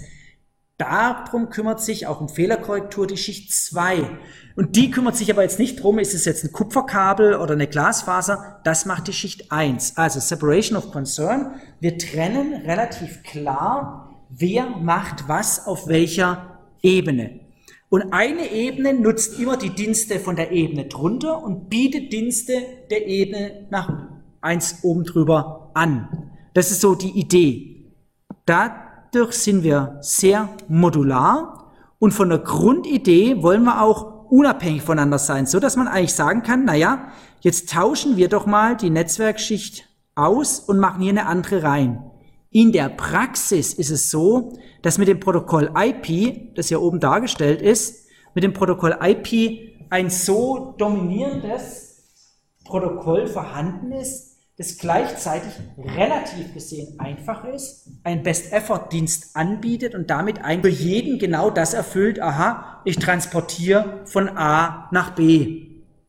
Darum kümmert sich auch um Fehlerkorrektur die Schicht zwei. Und die kümmert sich aber jetzt nicht drum, ist es jetzt ein Kupferkabel oder eine Glasfaser, das macht die Schicht eins. Also Separation of Concern. Wir trennen relativ klar, wer macht was auf welcher Ebene. Und eine Ebene nutzt immer die Dienste von der Ebene drunter und bietet Dienste der Ebene nach eins oben drüber an. Das ist so die Idee. Dadurch sind wir sehr modular und von der Grundidee wollen wir auch unabhängig voneinander sein, so dass man eigentlich sagen kann, naja, jetzt tauschen wir doch mal die Netzwerkschicht aus und machen hier eine andere rein. In der Praxis ist es so, dass mit dem Protokoll I P, das hier oben dargestellt ist, mit dem Protokoll I P ein so dominierendes Protokoll vorhanden ist, das gleichzeitig relativ gesehen einfach ist, ein Best-Effort-Dienst anbietet und damit eigentlich für jeden genau das erfüllt, aha, ich transportiere von A nach B.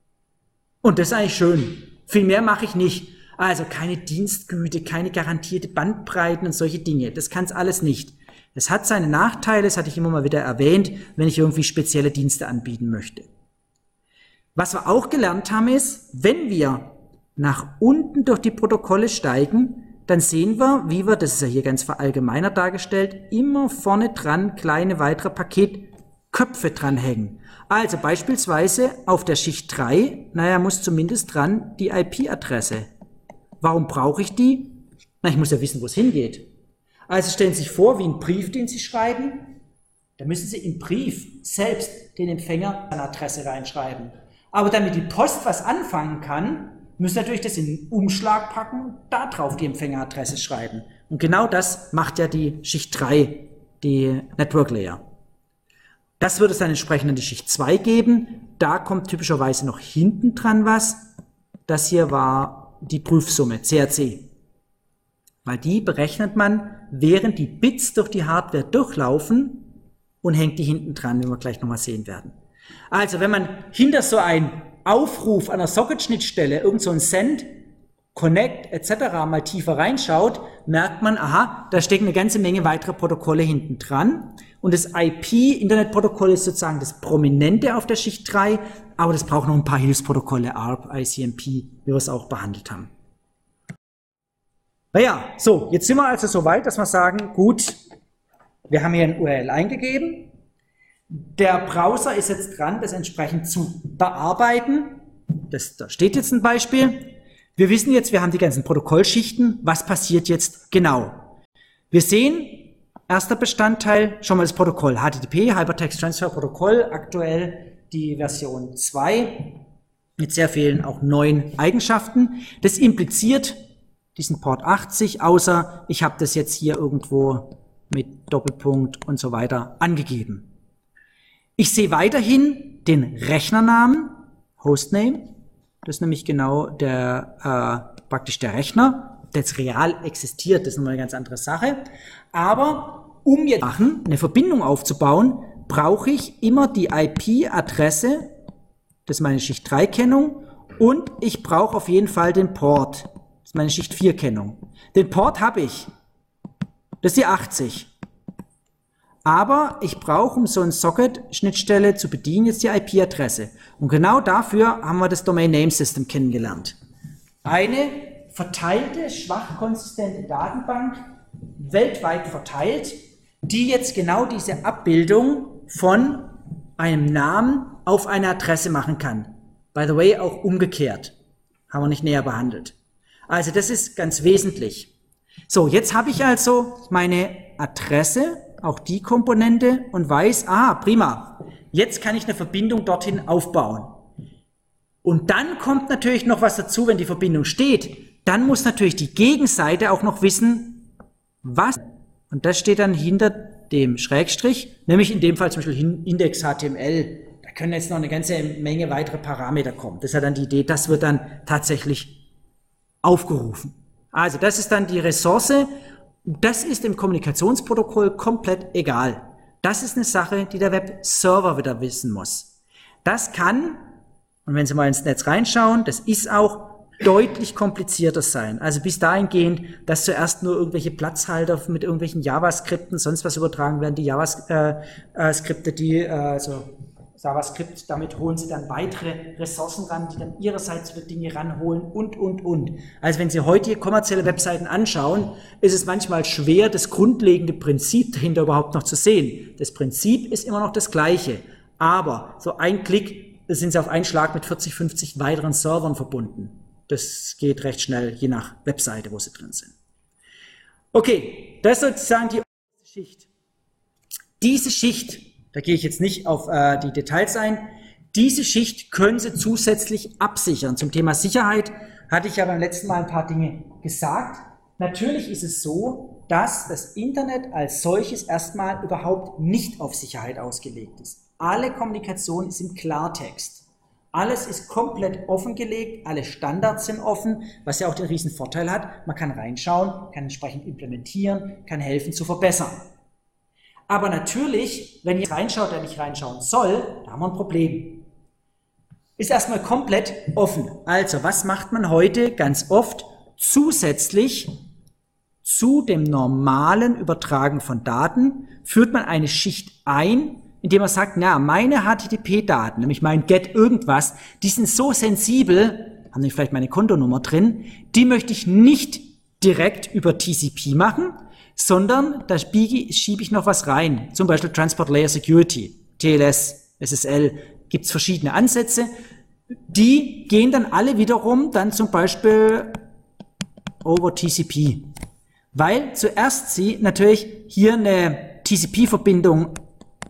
Und das ist eigentlich schön. Viel mehr mache ich nicht. Also keine Dienstgüte, keine garantierte Bandbreiten und solche Dinge. Das kann es alles nicht. Es hat seine Nachteile, das hatte ich immer mal wieder erwähnt, wenn ich irgendwie spezielle Dienste anbieten möchte. Was wir auch gelernt haben ist, wenn wir nach unten durch die Protokolle steigen, dann sehen wir, wie wir, das ist ja hier ganz verallgemeinert dargestellt, immer vorne dran kleine weitere Paketköpfe dranhängen. Also beispielsweise auf der Schicht drei, naja, muss zumindest dran die I P-Adresse. Warum brauche ich die? Na, ich muss ja wissen, wo es hingeht. Also stellen Sie sich vor, wie ein Brief, den Sie schreiben. Da müssen Sie im Brief selbst den Empfänger eine Adresse reinschreiben. Aber damit die Post was anfangen kann, müssen Sie natürlich das in einen Umschlag packen und da drauf die Empfängeradresse schreiben. Und genau das macht ja die Schicht drei, die Network Layer. Das wird es dann entsprechend in die Schicht zwei geben. Da kommt typischerweise noch hinten dran was. Das hier war die Prüfsumme, C R C. Weil die berechnet man, während die Bits durch die Hardware durchlaufen, und hängt die hinten dran, wie wir gleich nochmal sehen werden. Also, wenn man hinter so einen Aufruf an der Socket-Schnittstelle, irgend so ein Send, Connect et cetera mal tiefer reinschaut, merkt man, aha, da stecken eine ganze Menge weitere Protokolle hinten dran. Und das I P-Internetprotokoll ist sozusagen das Prominente auf der Schicht drei, aber das braucht noch ein paar Hilfsprotokolle, A R P, I C M P, wie wir es auch behandelt haben. Naja, so, jetzt sind wir also so weit, dass wir sagen, gut, wir haben hier ein U R L eingegeben. Der Browser ist jetzt dran, das entsprechend zu bearbeiten. Das, da steht jetzt ein Beispiel. Wir wissen jetzt, wir haben die ganzen Protokollschichten. Was passiert jetzt genau? Wir sehen, erster Bestandteil, schon mal das Protokoll H T T P, Hypertext Transfer Protokoll, aktuell die Version zwei mit sehr vielen auch neuen Eigenschaften. Das impliziert diesen Port achtzig, außer ich habe das jetzt hier irgendwo mit Doppelpunkt und so weiter angegeben. Ich sehe weiterhin den Rechnernamen, Hostname, das ist nämlich genau der, äh, praktisch der Rechner, der jetzt real existiert, das ist nochmal eine ganz andere Sache. Aber um jetzt eine Verbindung aufzubauen, brauche ich immer die I P-Adresse, das ist meine Schicht drei Kennung, und ich brauche auf jeden Fall den Port, das ist meine Schicht vier Kennung. Den Port habe ich. Das ist die achtzig. Aber ich brauche, um so eine Socket-Schnittstelle zu bedienen, jetzt die I P-Adresse. Und genau dafür haben wir das Domain Name System kennengelernt. Eine verteilte, schwach konsistente Datenbank, weltweit verteilt, die jetzt genau diese Abbildung von einem Namen auf eine Adresse machen kann. By the way, auch umgekehrt. Haben wir nicht näher behandelt. Also das ist ganz wesentlich. So, jetzt habe ich also meine Adresse, auch die Komponente, und weiß, ah, prima, jetzt kann ich eine Verbindung dorthin aufbauen. Und dann kommt natürlich noch was dazu, wenn die Verbindung steht, dann muss natürlich die Gegenseite auch noch wissen, was. Und das steht dann hinter dem Schrägstrich, nämlich in dem Fall zum Beispiel Index H T M L. Da können jetzt noch eine ganze Menge weitere Parameter kommen. Das ist ja dann die Idee, das wird dann tatsächlich aufgerufen. Also das ist dann die Ressource. Das ist im Kommunikationsprotokoll komplett egal. Das ist eine Sache, die der Webserver wieder wissen muss. Das kann, und wenn Sie mal ins Netz reinschauen, das ist auch deutlich komplizierter sein. Also bis dahingehend, dass zuerst nur irgendwelche Platzhalter mit irgendwelchen JavaScripten, sonst was übertragen werden, die JavaScripte, die, also JavaScript, damit holen Sie dann weitere Ressourcen ran, die dann Ihrerseits wieder Dinge ranholen und, und, und. Also wenn Sie heute kommerzielle Webseiten anschauen, ist es manchmal schwer, das grundlegende Prinzip dahinter überhaupt noch zu sehen. Das Prinzip ist immer noch das gleiche, aber so ein Klick, da sind Sie auf einen Schlag mit vierzig, fünfzig weiteren Servern verbunden. Das geht recht schnell, je nach Webseite, wo Sie drin sind. Okay, das ist sozusagen die Schicht. Diese Schicht, da gehe ich jetzt nicht auf äh, die Details ein. Diese Schicht können Sie zusätzlich absichern. Zum Thema Sicherheit hatte ich ja beim letzten Mal ein paar Dinge gesagt. Natürlich ist es so, dass das Internet als solches erstmal überhaupt nicht auf Sicherheit ausgelegt ist. Alle Kommunikation ist im Klartext. Alles ist komplett offengelegt, alle Standards sind offen, was ja auch den riesen Vorteil hat. Man kann reinschauen, kann entsprechend implementieren, kann helfen zu verbessern. Aber natürlich, wenn ihr reinschaut, der nicht reinschauen soll, da haben wir ein Problem. Ist erstmal komplett offen. Also, was macht man heute ganz oft zusätzlich zu dem normalen Übertragen von Daten? Führt man eine Schicht ein, indem man sagt, na, meine H T T P-Daten, nämlich mein Get irgendwas, die sind so sensibel, haben nicht vielleicht meine Kontonummer drin, die möchte ich nicht direkt über T C P machen, sondern da schiebe ich noch was rein, zum Beispiel Transport Layer Security, T L S, S S L, gibt es verschiedene Ansätze, die gehen dann alle wiederum dann zum Beispiel over T C P, weil zuerst Sie natürlich hier eine T C P-Verbindung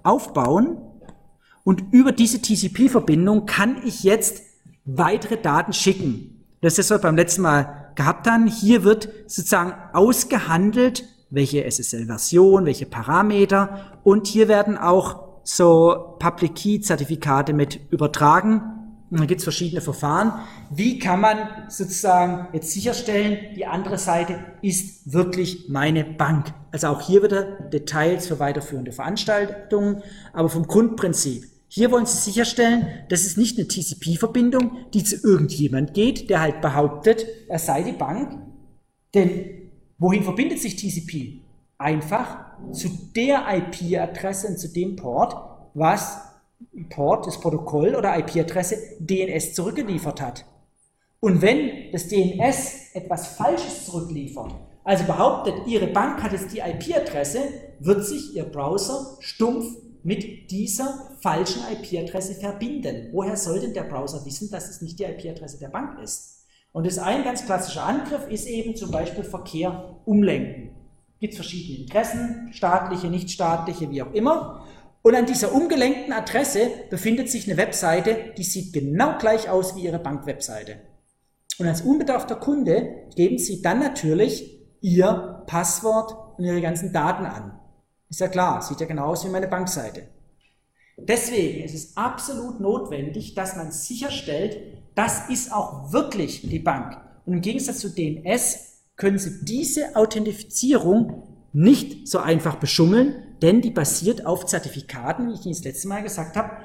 aufbauen und über diese T C P-Verbindung kann ich jetzt weitere Daten schicken. Das ist das, was wir beim letzten Mal gehabt haben. Hier wird sozusagen ausgehandelt, welche S S L-Version, welche Parameter und hier werden auch so Public Key-Zertifikate mit übertragen. Und dann gibt es verschiedene Verfahren. Wie kann man sozusagen jetzt sicherstellen, die andere Seite ist wirklich meine Bank? Also auch hier wieder Details für weiterführende Veranstaltungen, aber vom Grundprinzip. Hier wollen Sie sicherstellen, das ist nicht eine T C P-Verbindung, die zu irgendjemand geht, der halt behauptet, er sei die Bank. Denn wohin verbindet sich T C P? Einfach zu der I P-Adresse und zu dem Port, was Port, das Protokoll oder I P-Adresse D N S zurückgeliefert hat. Und wenn das D N S etwas Falsches zurückliefert, also behauptet, Ihre Bank hat jetzt die I P-Adresse, wird sich Ihr Browser stumpf mit dieser falschen I P-Adresse verbinden. Woher soll denn der Browser wissen, dass es nicht die I P-Adresse der Bank ist? Und das ein ganz klassischer Angriff ist eben zum Beispiel Verkehr umlenken. Es gibt verschiedene Interessen, staatliche, nichtstaatliche, wie auch immer. Und an dieser umgelenkten Adresse befindet sich eine Webseite, die sieht genau gleich aus wie Ihre Bankwebseite. Und als unbedarfter Kunde geben Sie dann natürlich Ihr Passwort und Ihre ganzen Daten an. Ist ja klar, sieht ja genau aus wie meine Bankseite. Deswegen ist es absolut notwendig, dass man sicherstellt, das ist auch wirklich die Bank. Und im Gegensatz zu D N S können Sie diese Authentifizierung nicht so einfach beschummeln, denn die basiert auf Zertifikaten, wie ich Ihnen das letzte Mal gesagt habe.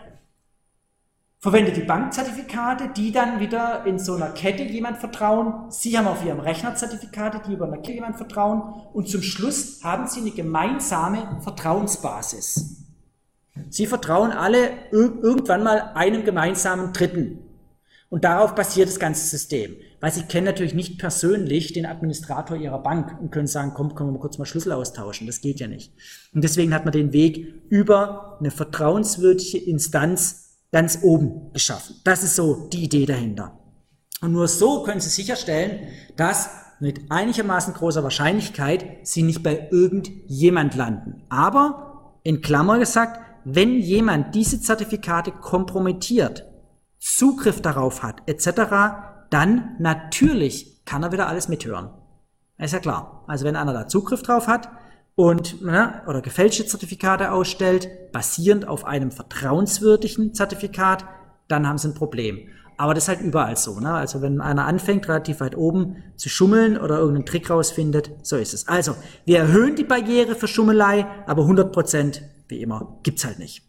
Verwendet die Bankzertifikate, die dann wieder in so einer Kette jemand vertrauen. Sie haben auf Ihrem Rechner Zertifikate, die über eine Kette jemand vertrauen. Und zum Schluss haben Sie eine gemeinsame Vertrauensbasis. Sie vertrauen alle irgendwann mal einem gemeinsamen Dritten. Und darauf basiert das ganze System. Weil Sie kennen natürlich nicht persönlich den Administrator Ihrer Bank und können sagen, komm, können wir mal kurz mal Schlüssel austauschen. Das geht ja nicht. Und deswegen hat man den Weg über eine vertrauenswürdige Instanz ganz oben geschaffen. Das ist so die Idee dahinter. Und nur so können Sie sicherstellen, dass mit einigermaßen großer Wahrscheinlichkeit Sie nicht bei irgendjemand landen. Aber, in Klammer gesagt, wenn jemand diese Zertifikate kompromittiert, Zugriff darauf hat, et cetera, dann natürlich kann er wieder alles mithören. Ist ja klar. Also wenn einer da Zugriff drauf hat, und ne, oder gefälschte Zertifikate ausstellt, basierend auf einem vertrauenswürdigen Zertifikat, dann haben sie ein Problem. Aber das ist halt überall so. Ne? Also wenn einer anfängt, relativ weit oben zu schummeln oder irgendeinen Trick rausfindet, so ist es. Also wir erhöhen die Barriere für Schummelei, aber hundert Prozent, wie immer, gibt's halt nicht.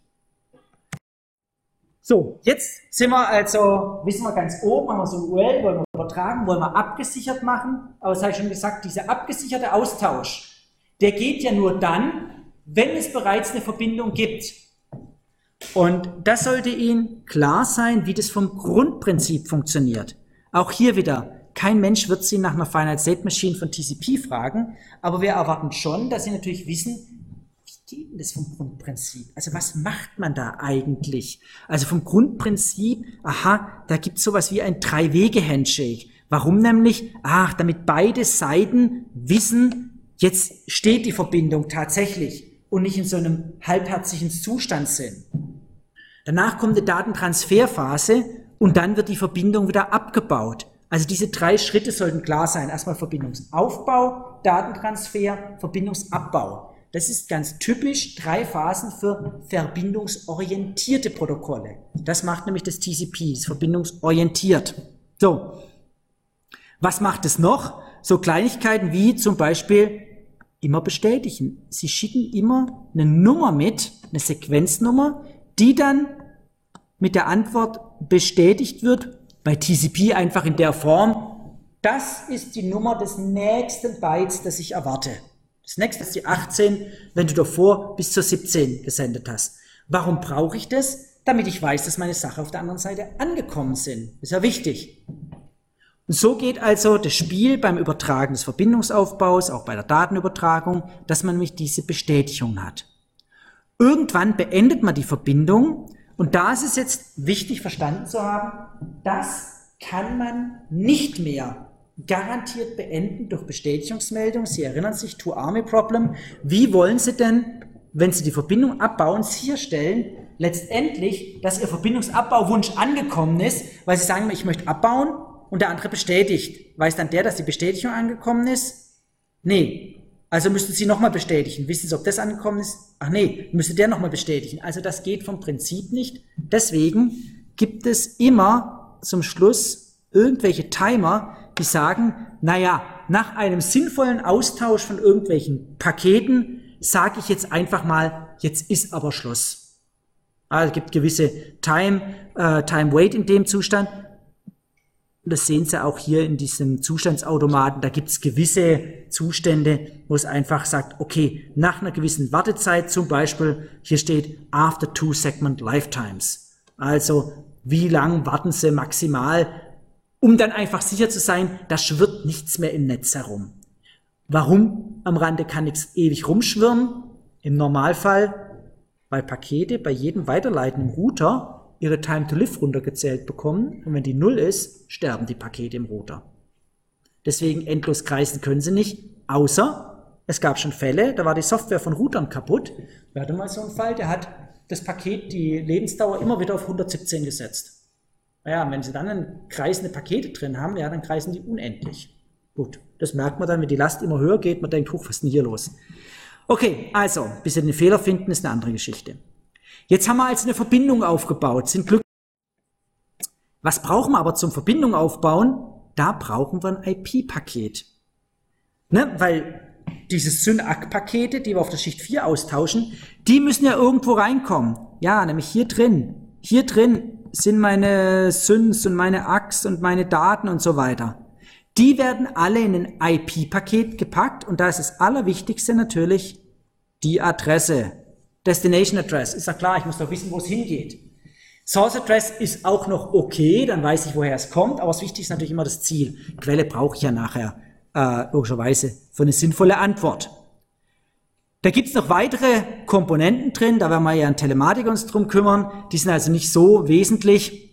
So, jetzt sind wir also, wissen wir ganz oben, haben wir so ein U R L, wollen wir übertragen, wollen wir abgesichert machen. Aber das habe ich schon gesagt, dieser abgesicherte Austausch, der geht ja nur dann, wenn es bereits eine Verbindung gibt. Und das sollte Ihnen klar sein, wie das vom Grundprinzip funktioniert. Auch hier wieder, kein Mensch wird Sie nach einer Finite State Machine von T C P fragen, aber wir erwarten schon, dass Sie natürlich wissen, wie geht denn das vom Grundprinzip? Also was macht man da eigentlich? Also vom Grundprinzip, aha, da gibt es sowas wie ein Drei-Wege-Handshake. Warum nämlich? Ach, damit beide Seiten wissen, jetzt steht die Verbindung tatsächlich und nicht in so einem halbherzigen Zustand sind. Danach kommt die Datentransferphase und dann wird die Verbindung wieder abgebaut. Also diese drei Schritte sollten klar sein. Erstmal Verbindungsaufbau, Datentransfer, Verbindungsabbau. Das ist ganz typisch, drei Phasen für verbindungsorientierte Protokolle. Das macht nämlich das T C P, das verbindungsorientiert. So, was macht es noch? So Kleinigkeiten wie zum Beispiel immer bestätigen. Sie schicken immer eine Nummer mit, eine Sequenznummer, die dann mit der Antwort bestätigt wird, bei T C P einfach in der Form, das ist die Nummer des nächsten Bytes, das ich erwarte. Das nächste ist die achtzehn, wenn du davor bis zur siebzehn gesendet hast. Warum brauche ich das? Damit ich weiß, dass meine Sachen auf der anderen Seite angekommen sind. Ist ja wichtig. Und so geht also das Spiel beim Übertragen des Verbindungsaufbaus, auch bei der Datenübertragung, dass man nämlich diese Bestätigung hat. Irgendwann beendet man die Verbindung und da ist es jetzt wichtig verstanden zu haben, das kann man nicht mehr garantiert beenden durch Bestätigungsmeldung. Sie erinnern sich, Two-Army-Problem. Wie wollen Sie denn wenn Sie die Verbindung abbauen, sicherstellen letztendlich, dass Ihr Verbindungsabbauwunsch angekommen ist, weil Sie sagen, ich möchte abbauen und der andere bestätigt. Weiß dann der, dass die Bestätigung angekommen ist? Nee. Also müssten Sie nochmal bestätigen. Wissen Sie, ob das angekommen ist? Ach nee, müsste der nochmal bestätigen. Also das geht vom Prinzip nicht. Deswegen gibt es immer zum Schluss irgendwelche Timer, die sagen, naja, nach einem sinnvollen Austausch von irgendwelchen Paketen sage ich jetzt einfach mal, jetzt ist aber Schluss. Also es gibt gewisse Time, äh, Time Wait in dem Zustand. Und das sehen Sie auch hier in diesem Zustandsautomaten. Da gibt es gewisse Zustände, wo es einfach sagt, okay, nach einer gewissen Wartezeit, zum Beispiel, hier steht after two segment lifetimes. Also, wie lang warten Sie maximal, um dann einfach sicher zu sein, da schwirrt nichts mehr im Netz herum. Warum? Am Rande kann nichts ewig rumschwirren. Im Normalfall, weil Pakete bei jedem weiterleitenden Router ihre Time to Live runtergezählt bekommen und wenn die Null ist, sterben die Pakete im Router. Deswegen endlos kreisen können sie nicht, außer es gab schon Fälle, da war die Software von Routern kaputt. Wir hatten mal so einen Fall, der hat das Paket, die Lebensdauer immer wieder auf hundertsiebzehn gesetzt. Naja, und wenn sie dann kreisende Pakete drin haben, ja, dann kreisen die unendlich. Gut, das merkt man dann, wenn die Last immer höher geht, man denkt, huch, was ist denn hier los? Okay, also, bis sie den Fehler finden, ist eine andere Geschichte. Jetzt haben wir also eine Verbindung aufgebaut, sind glücklich. Was brauchen wir aber zum Verbindung aufbauen? Da brauchen wir ein I P-Paket. Ne? Weil diese Syn-A C-Pakete, die wir auf der Schicht vier austauschen, die müssen ja irgendwo reinkommen. Ja, nämlich hier drin. Hier drin sind meine Syns und meine A Cs und meine Daten und so weiter. Die werden alle in ein I P-Paket gepackt und da ist das Allerwichtigste natürlich die Adresse. Destination Address, ist ja klar, ich muss doch wissen, wo es hingeht. Source Address ist auch noch okay, dann weiß ich, woher es kommt, aber das Wichtigste ist natürlich immer das Ziel. Quelle brauche ich ja nachher äh, logischerweise für eine sinnvolle Antwort. Da gibt es noch weitere Komponenten drin, da werden wir ja in Telematik uns drum kümmern, die sind also nicht so wesentlich.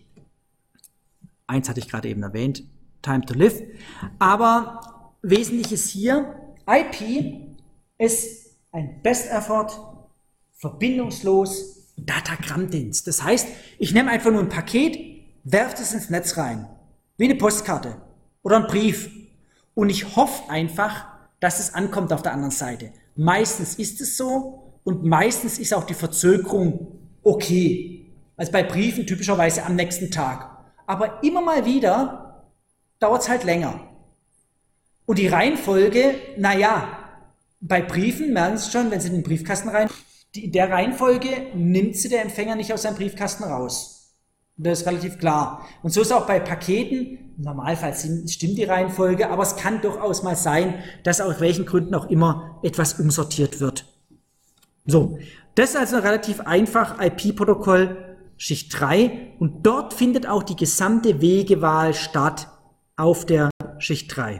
Eins hatte ich gerade eben erwähnt, Time to Live. Aber wesentlich ist hier, I P ist ein Best Effort, verbindungslos Datagrammdienst. Das heißt, ich nehme einfach nur ein Paket, werfe es ins Netz rein, wie eine Postkarte oder ein Brief. Und ich hoffe einfach, dass es ankommt auf der anderen Seite. Meistens ist es so und meistens ist auch die Verzögerung okay. Also bei Briefen typischerweise am nächsten Tag. Aber immer mal wieder dauert es halt länger. Und die Reihenfolge, naja, bei Briefen merken Sie schon, wenn Sie in den Briefkasten rein, in der Reihenfolge nimmt sie der Empfänger nicht aus seinem Briefkasten raus. Das ist relativ klar. Und so ist auch bei Paketen, im Normalfall stimmt die Reihenfolge, aber es kann durchaus mal sein, dass aus welchen Gründen auch immer etwas umsortiert wird. So, das ist also relativ einfach I P-Protokoll Schicht drei und dort findet auch die gesamte Wegewahl statt auf der Schicht drei.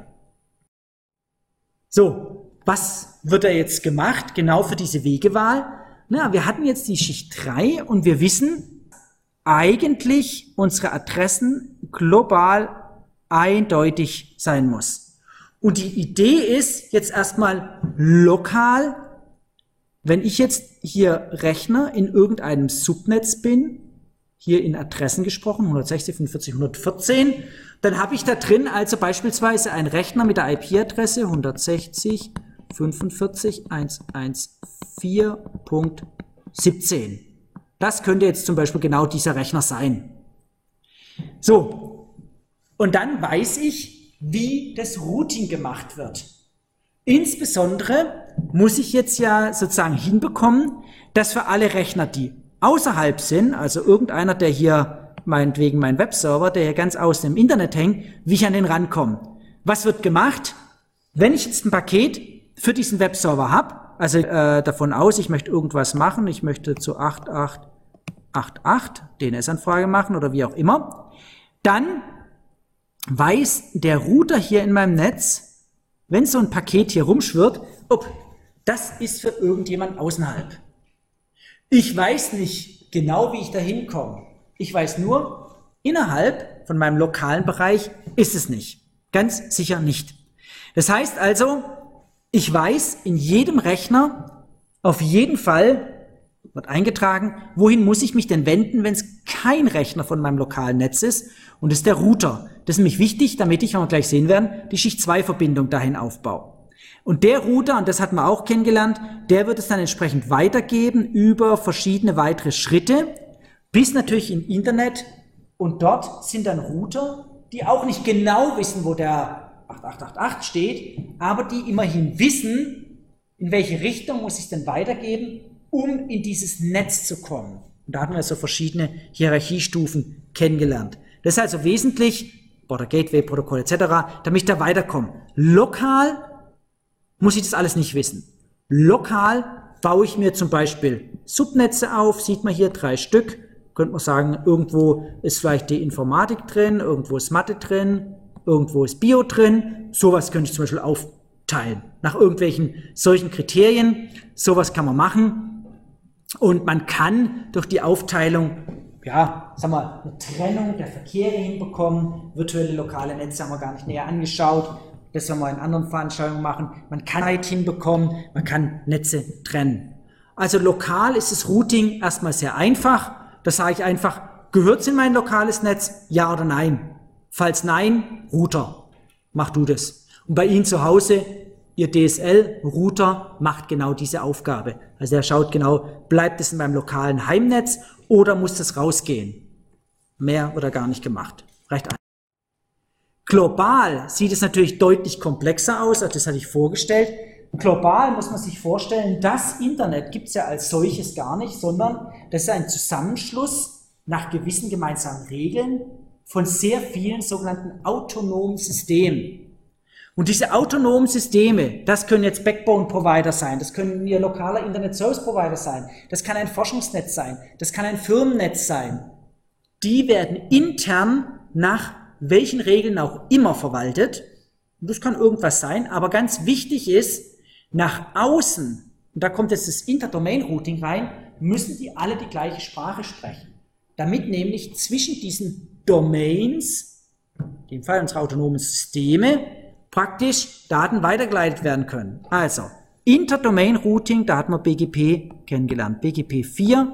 So, was wird da jetzt gemacht, genau für diese Wegewahl? Na, wir hatten jetzt die Schicht drei und wir wissen, eigentlich unsere Adressen global eindeutig sein muss. Und die Idee ist jetzt erstmal lokal, wenn ich jetzt hier Rechner in irgendeinem Subnetz bin, hier in Adressen gesprochen, hundertsechzig, fünfundvierzig, hundertvierzehn, dann habe ich da drin also beispielsweise einen Rechner mit der I P-Adresse hundertsechzig, fünfundvierzig, hundertvierzehn Punkt siebzehn. Das könnte jetzt zum Beispiel genau dieser Rechner sein. So, und dann weiß ich, wie das Routing gemacht wird. Insbesondere muss ich jetzt ja sozusagen hinbekommen, dass für alle Rechner, die außerhalb sind, also irgendeiner, der hier meinetwegen mein Webserver, der hier ganz außen im Internet hängt, wie ich an den rankomme. Was wird gemacht? Wenn ich jetzt ein Paket für diesen Webserver habe, also äh, davon aus, ich möchte irgendwas machen, ich möchte zu acht acht acht acht D N S-Anfrage machen oder wie auch immer, dann weiß der Router hier in meinem Netz, wenn so ein Paket hier rumschwirrt, ob das ist für irgendjemand außerhalb. Ich weiß nicht genau, wie ich da hinkomme. Ich weiß nur, innerhalb von meinem lokalen Bereich ist es nicht. Ganz sicher nicht. Das heißt also, ich weiß in jedem Rechner, Auf jeden Fall wird eingetragen, wohin muss ich mich denn wenden, wenn es kein Rechner von meinem lokalen Netz ist, und das ist der Router. Das ist nämlich wichtig, damit ich, wenn wir gleich sehen werden, die Schicht zwei Verbindung dahin aufbaue. Und der Router, und das hatten wir auch kennengelernt, der wird es dann entsprechend weitergeben über verschiedene weitere Schritte, bis natürlich im Internet, und dort sind dann Router, die auch nicht genau wissen, wo der acht acht acht acht steht, aber die immerhin wissen, in welche Richtung muss ich es denn weitergeben, um in dieses Netz zu kommen. Und da hatten wir so verschiedene Hierarchiestufen kennengelernt. Das ist also wesentlich, Border Gateway, Protokoll et cetera, damit ich da weiterkomme. Lokal muss ich das alles nicht wissen. Lokal baue ich mir zum Beispiel Subnetze auf, sieht man hier drei Stück. Könnte man sagen, irgendwo ist vielleicht die Informatik drin, irgendwo ist Mathe drin, irgendwo ist Bio drin. Sowas könnte ich zum Beispiel aufteilen. Nach irgendwelchen solchen Kriterien. Sowas kann man machen. Und man kann durch die Aufteilung, ja, sagen wir, eine Trennung der Verkehre hinbekommen. Virtuelle lokale Netze haben wir gar nicht näher angeschaut. Das werden wir in anderen Veranstaltungen machen. Man kann halt hinbekommen, man kann Netze trennen. Also lokal ist das Routing erstmal sehr einfach. Da sage ich einfach, gehört es in mein lokales Netz? Ja oder nein? Falls nein, Router, mach du das. Und bei Ihnen zu Hause, Ihr D S L-Router macht genau diese Aufgabe. Also er schaut genau, bleibt es in meinem lokalen Heimnetz oder muss das rausgehen? Mehr oder gar nicht gemacht. Reicht ein. Global sieht es natürlich deutlich komplexer aus, also das hatte ich vorgestellt. Global muss man sich vorstellen, das Internet gibt es ja als solches gar nicht, sondern das ist ein Zusammenschluss nach gewissen gemeinsamen Regeln von sehr vielen sogenannten autonomen Systemen. Und diese autonomen Systeme, das können jetzt Backbone-Provider sein, das können Ihr lokaler Internet-Service-Provider sein, das kann ein Forschungsnetz sein, das kann ein Firmennetz sein. Die werden intern nach welchen Regeln auch immer verwaltet. Und das kann irgendwas sein, aber ganz wichtig ist, nach außen, und da kommt jetzt das Interdomain-Routing rein, müssen die alle die gleiche Sprache sprechen. Damit nämlich zwischen diesen Domains, in dem Fall unsere autonomen Systeme, praktisch Daten weitergeleitet werden können. Also, Interdomain-Routing, da hat man B G P kennengelernt. B G P vier,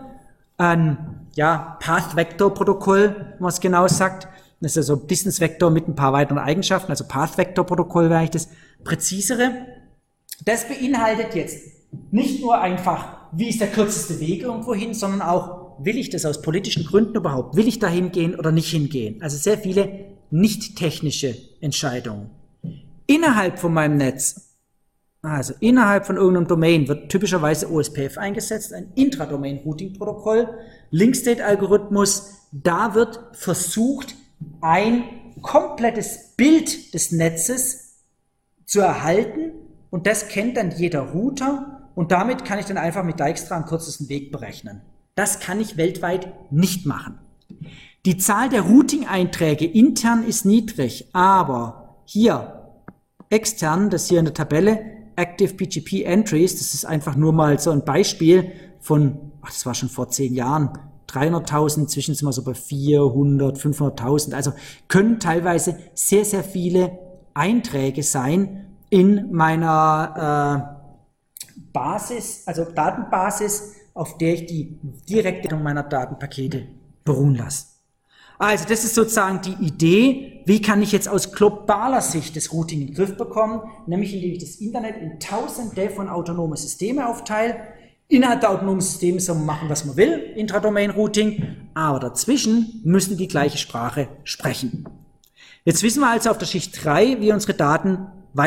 ein ja, Path-Vector-Protokoll, wenn man es genau sagt. Das ist also Distance-Vector mit ein paar weiteren Eigenschaften, also Path-Vector-Protokoll wäre eigentlich das präzisere. Das beinhaltet jetzt nicht nur einfach, wie ist der kürzeste Weg irgendwo hin, sondern auch, will ich das aus politischen Gründen überhaupt? Will ich da hingehen oder nicht hingehen? Also sehr viele nicht technische Entscheidungen. Innerhalb von meinem Netz, also innerhalb von irgendeinem Domain, wird typischerweise O S P F eingesetzt, ein Intradomain-Routing-Protokoll, Link-State-Algorithmus. Da wird versucht, ein komplettes Bild des Netzes zu erhalten, und das kennt dann jeder Router, und damit kann ich dann einfach mit Dijkstra einen kürzesten Weg berechnen. Das kann ich weltweit nicht machen. Die Zahl der Routing-Einträge intern ist niedrig, aber hier extern, das hier in der Tabelle, Active P G P Entries, das ist einfach nur mal so ein Beispiel von, ach, das war schon vor zehn Jahren, dreihunderttausend, inzwischen sind wir so bei vierhundert, fünfhunderttausend, also können teilweise sehr, sehr viele Einträge sein in meiner äh, Basis, also Datenbasis, auf der ich die direkte meiner Datenpakete beruhen lasse. Also das ist sozusagen die Idee, wie kann ich jetzt aus globaler Sicht das Routing in den Griff bekommen, nämlich indem ich das Internet in tausende von autonomen Systemen aufteile. Innerhalb der autonomen Systeme soll man machen, was man will, Intradomain-Routing, aber dazwischen müssen die gleiche Sprache sprechen. Jetzt wissen wir also auf der Schicht drei, wie unsere Daten weiterkommen.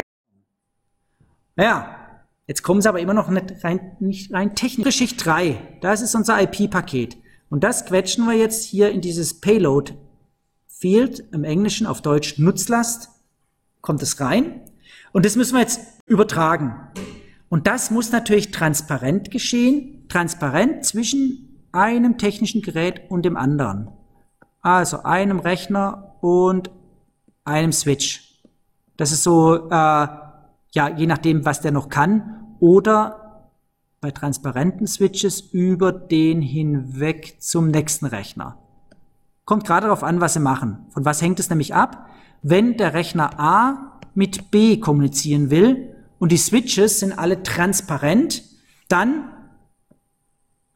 Naja, jetzt kommen sie aber immer noch nicht rein, nicht rein technisch. Schicht drei, das ist unser I P-Paket. Und das quetschen wir jetzt hier in dieses Payload-Field, im Englischen auf Deutsch Nutzlast, kommt es rein. Und das müssen wir jetzt übertragen. Und das muss natürlich transparent geschehen, transparent zwischen einem technischen Gerät und dem anderen. Also einem Rechner und einem Switch. Das ist so, äh, ja, je nachdem, was der noch kann, oder bei transparenten Switches über den hinweg zum nächsten Rechner. Kommt gerade darauf an, was sie machen. Von was hängt es nämlich ab? Wenn der Rechner A mit B kommunizieren will und die Switches sind alle transparent, dann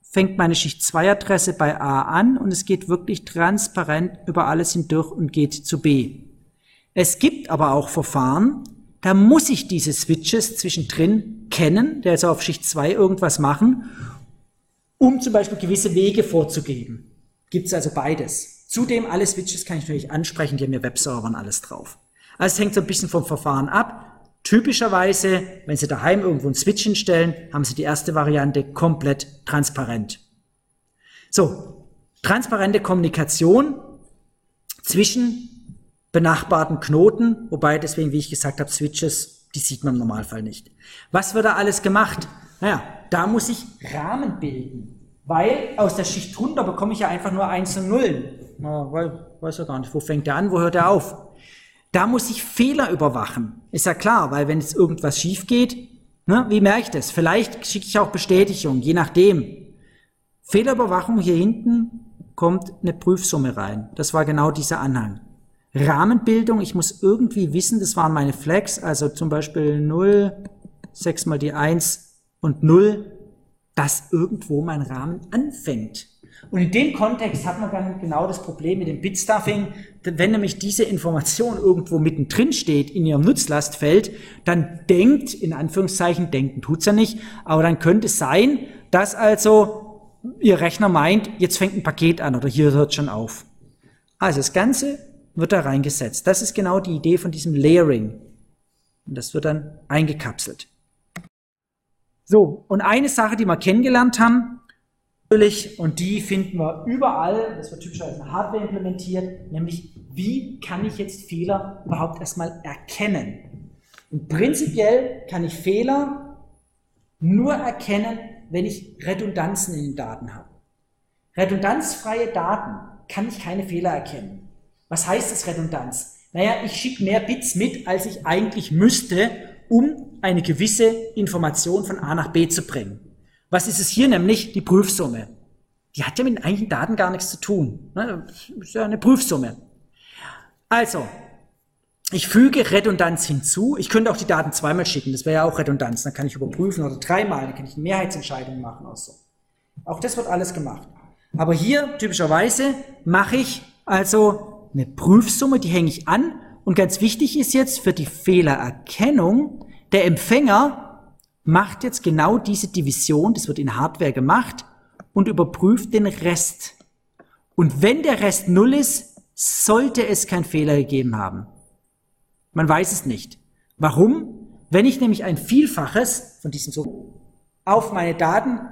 fängt meine Schicht zwei Adresse bei A an und es geht wirklich transparent über alles hindurch und geht zu B. Es gibt aber auch Verfahren, da muss ich diese Switches zwischendrin kennen, die also auf Schicht zwei irgendwas machen, um zum Beispiel gewisse Wege vorzugeben. Gibt es also beides. Zudem, alle Switches kann ich natürlich ansprechen, die haben ja Webserver und alles drauf. Also es hängt so ein bisschen vom Verfahren ab. Typischerweise, wenn Sie daheim irgendwo einen Switch hinstellen, haben Sie die erste Variante komplett transparent. So, transparente Kommunikation zwischen benachbarten Knoten, wobei deswegen, wie ich gesagt habe, Switches, die sieht man im Normalfall nicht. Was wird da alles gemacht? Naja, da muss ich Rahmen bilden, weil aus der Schicht drunter bekomme ich ja einfach nur Eins und Nullen. Na, weil, weiß ja gar nicht, wo fängt der an, wo hört er auf? Da muss ich Fehler überwachen. Ist ja klar, weil wenn jetzt irgendwas schief geht, ne, wie merke ich das? Vielleicht schicke ich auch Bestätigung, je nachdem. Fehlerüberwachung, hier hinten kommt eine Prüfsumme rein. Das war genau dieser Anhang. Rahmenbildung, ich muss irgendwie wissen, das waren meine Flags, also zum Beispiel null, sechs mal die eins und null, dass irgendwo mein Rahmen anfängt. Und in dem Kontext hat man dann genau das Problem mit dem Bitstuffing, wenn nämlich diese Information irgendwo mittendrin steht in Ihrem Nutzlastfeld, dann denkt, in Anführungszeichen, denken tut's ja nicht, aber dann könnte es sein, dass also Ihr Rechner meint, jetzt fängt ein Paket an oder hier hört schon auf. Also das Ganze wird da reingesetzt. Das ist genau die Idee von diesem Layering. Und das wird dann eingekapselt. So, und eine Sache, die wir kennengelernt haben, natürlich, und die finden wir überall, das wird typischerweise in Hardware implementiert, nämlich, wie kann ich jetzt Fehler überhaupt erstmal erkennen? Und prinzipiell kann ich Fehler nur erkennen, wenn ich Redundanzen in den Daten habe. Redundanzfreie Daten kann ich keine Fehler erkennen. Was heißt das Redundanz? Naja, ich schicke mehr Bits mit, als ich eigentlich müsste, um eine gewisse Information von A nach B zu bringen. Was ist es hier nämlich? Die Prüfsumme. Die hat ja mit den eigentlichen Daten gar nichts zu tun. Das ist ja eine Prüfsumme. Also, ich füge Redundanz hinzu. Ich könnte auch die Daten zweimal schicken, das wäre ja auch Redundanz. Dann kann ich überprüfen oder dreimal, dann kann ich eine Mehrheitsentscheidung machen. Auch so. Auch das wird alles gemacht. Aber hier, typischerweise, mache ich also eine Prüfsumme, die hänge ich an. Und ganz wichtig ist jetzt für die Fehlererkennung, der Empfänger macht jetzt genau diese Division, das wird in Hardware gemacht, und überprüft den Rest. Und wenn der Rest null ist, sollte es keinen Fehler gegeben haben. Man weiß es nicht. Warum? Wenn ich nämlich ein Vielfaches von diesem so auf meine Daten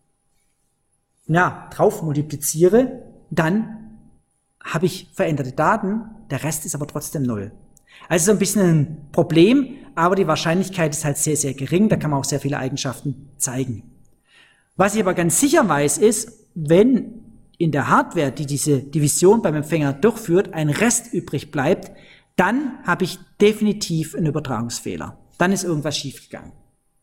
ja, drauf multipliziere, dann habe ich veränderte Daten, der Rest ist aber trotzdem null. Also so ein bisschen ein Problem, aber die Wahrscheinlichkeit ist halt sehr, sehr gering, da kann man auch sehr viele Eigenschaften zeigen. Was ich aber ganz sicher weiß ist, wenn in der Hardware, die diese Division beim Empfänger durchführt, ein Rest übrig bleibt, dann habe ich definitiv einen Übertragungsfehler. Dann ist irgendwas schiefgegangen.